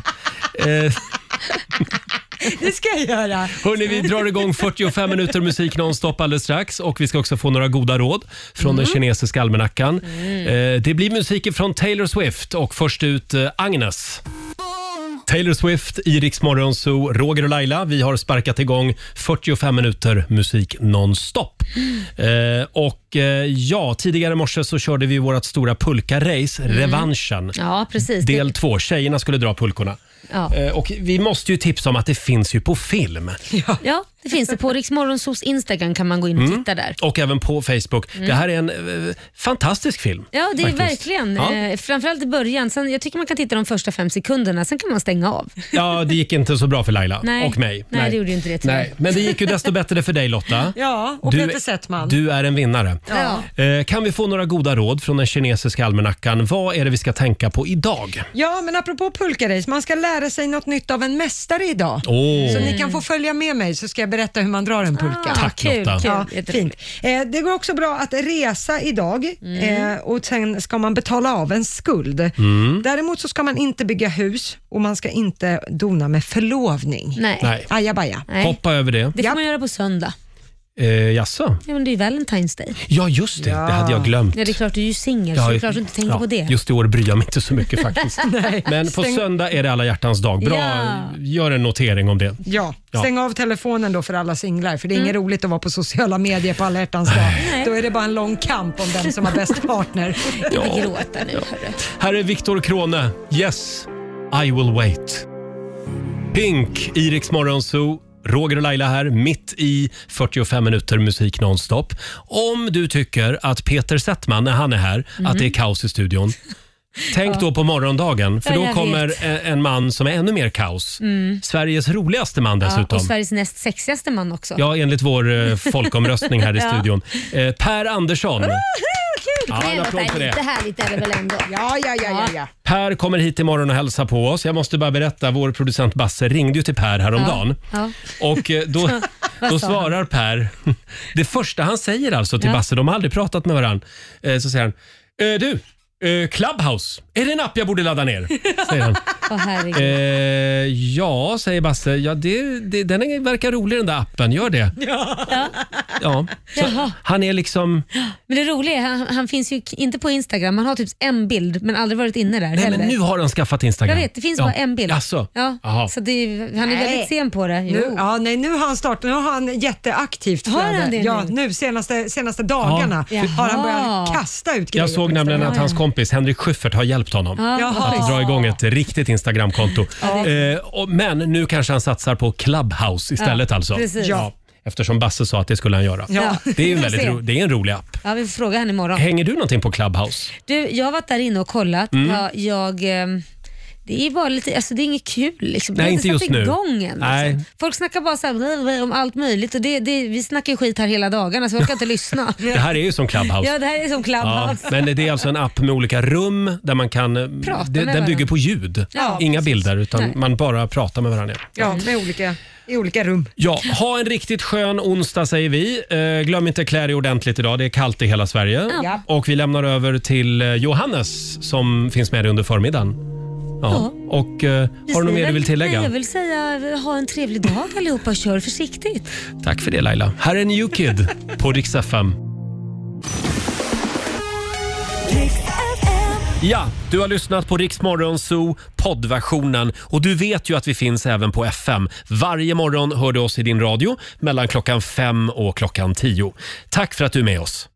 Speaker 2: Det ska jag göra.
Speaker 1: Hörrni, vi drar igång 45 minuter musik nonstop alldeles strax och vi ska också få några goda råd från den kinesiska almanackan. Det blir musik från Taylor Swift och först ut Agnes. Taylor Swift i Rix Morgon Zoo, Roger och Laila. Vi har sparkat igång 45 minuter musik nonstop. Tidigare i morse så körde vi vårt stora pulka-race, revanschen.
Speaker 4: Ja, precis.
Speaker 1: Del 2, tjejerna skulle dra pulkorna.
Speaker 4: Ja.
Speaker 1: Och vi måste ju tipsa om att det finns ju på film.
Speaker 4: Ja, det finns det. På Rix Morgonzoos Instagram kan man gå in och titta där.
Speaker 1: Och även på Facebook. Det här är en fantastisk film.
Speaker 4: Ja, det är
Speaker 1: faktiskt.
Speaker 4: verkligen.
Speaker 1: Ja.
Speaker 4: Framförallt i början. Sen, jag tycker man kan titta de första 5 sekunderna, sen kan man stänga av.
Speaker 1: Ja, det gick inte så bra för Laila och mig.
Speaker 4: Nej, det gjorde ju inte det.
Speaker 1: Nej, men det gick ju desto bättre för dig Lotta.
Speaker 2: Ja, och Peter Settman.
Speaker 1: Du är en vinnare.
Speaker 4: Ja.
Speaker 1: Kan vi få några goda råd från den kinesiska almanackan? Vad är det vi ska tänka på idag?
Speaker 2: Ja, men apropå pulka-race, man ska lära sig något nytt av en mästare idag. Så ni kan få följa med mig så ska jag berätta hur man drar en pulka.
Speaker 1: Tack Lotta.
Speaker 2: Ja, fint. Det går också bra att resa idag och sen ska man betala av en skuld. Däremot så ska man inte bygga hus och man ska inte dona med förlovning.
Speaker 4: Nej.
Speaker 2: Ajabaja.
Speaker 1: Hoppa över det.
Speaker 4: Det får man göra på söndag.
Speaker 1: Jaså?
Speaker 4: Ja, men det är Valentine's Day.
Speaker 1: Ja, just det. Det hade jag glömt.
Speaker 4: Ja, det är klart du är ju singel, så det är klart du inte tänker på det.
Speaker 1: Just i år bryr jag mig inte så mycket faktiskt. Men på söndag är det alla hjärtans dag. Bra, gör en notering om det.
Speaker 2: Ja, stäng av telefonen då för alla singlar, för det är inget roligt att vara på sociala medier på alla hjärtans dag. Då är det bara en lång kamp om vem som har bäst partner.
Speaker 4: Inte gråta nu, hörru.
Speaker 1: Här är Viktor Krone. Yes, I will wait. Pink, Rix Morgon Zoo. Roger och Laila här, mitt i 45 minuter musik nonstop. Om du tycker att Peter Settman, när han är här, att det är kaos i studion, Tänk då på morgondagen, för då kommer en man som är ännu mer kaos. Sveriges roligaste man dessutom.
Speaker 4: Och Sveriges näst sexigaste man också.
Speaker 1: Ja, enligt vår folkomröstning här i studion. Per Andersson.
Speaker 4: Kul!
Speaker 1: Ja, en applåd för det.
Speaker 4: Lite härligt är det väl ändå.
Speaker 2: Ja.
Speaker 1: Per kommer hit imorgon och hälsa på oss. Jag måste bara berätta, vår producent Basse ringde ju till Per häromdagen.
Speaker 4: Ja.
Speaker 1: Och då svarar Per, det första han säger alltså till Basse, de har aldrig pratat med varandra, så säger han, du, Clubhouse, är det en app jag borde ladda ner? Säger han. Ja, säger Basse. Ja, den verkar rolig den där appen. Gör det. Ja. Så han är liksom...
Speaker 4: Men det roliga är, han finns ju inte på Instagram. Han har typ en bild, men aldrig varit inne där.
Speaker 1: Nej, men nu har han skaffat Instagram.
Speaker 4: Jag vet, det finns bara en bild.
Speaker 1: Jaså?
Speaker 4: Ja. Så han är väldigt sen på det.
Speaker 2: Nu har han startat. Nu har han jätteaktivt flöde. Ja, nu senaste dagarna har han börjat kasta ut grejer.
Speaker 1: Jag såg nämligen att hans kompis Henrik Schyffert har hjälpt honom att dra igång ett riktigt Instagramkonto. Men nu kanske han satsar på Clubhouse istället alltså.
Speaker 4: Ja.
Speaker 1: Eftersom Basse sa att det skulle han göra.
Speaker 4: Ja.
Speaker 1: Det är ju det är en rolig app.
Speaker 4: Ja, vi får fråga henne imorgon.
Speaker 1: Hänger du någonting på Clubhouse?
Speaker 4: Du, jag har varit där inne och kollat. Det är bara lite, alltså det är inget kul liksom.
Speaker 1: Nej, inte just nu.
Speaker 4: Igång liksom. Folk snackar bara så här, om allt möjligt och vi snackar ju skit här hela dagarna så jag kan inte lyssna.
Speaker 1: Det här är ju som Clubhouse.
Speaker 4: Ja, det här är som Clubhouse.
Speaker 1: Ja, men det är alltså en app med olika rum där man kan... Den bygger på ljud.
Speaker 2: Ja,
Speaker 1: inga bilder utan man bara pratar med varandra.
Speaker 2: Ja, i olika rum.
Speaker 1: Ja, ha en riktigt skön onsdag säger vi. Glöm inte klä dig ordentligt idag. Det är kallt i hela Sverige.
Speaker 2: Ja.
Speaker 1: Och vi lämnar över till Johannes som finns med under förmiddagen. Ja. Och har du något mer du vill tillägga?
Speaker 4: Nej, jag vill säga ha en trevlig dag allihopa. Kör försiktigt.
Speaker 1: Tack för det Laila. Här är New Kid på Rix FM. Ja, du har lyssnat på Rix Morgon Zoo poddversionen och du vet ju att vi finns även på FM. Varje morgon hör du oss i din radio mellan klockan 5 och klockan 10. Tack för att du är med oss.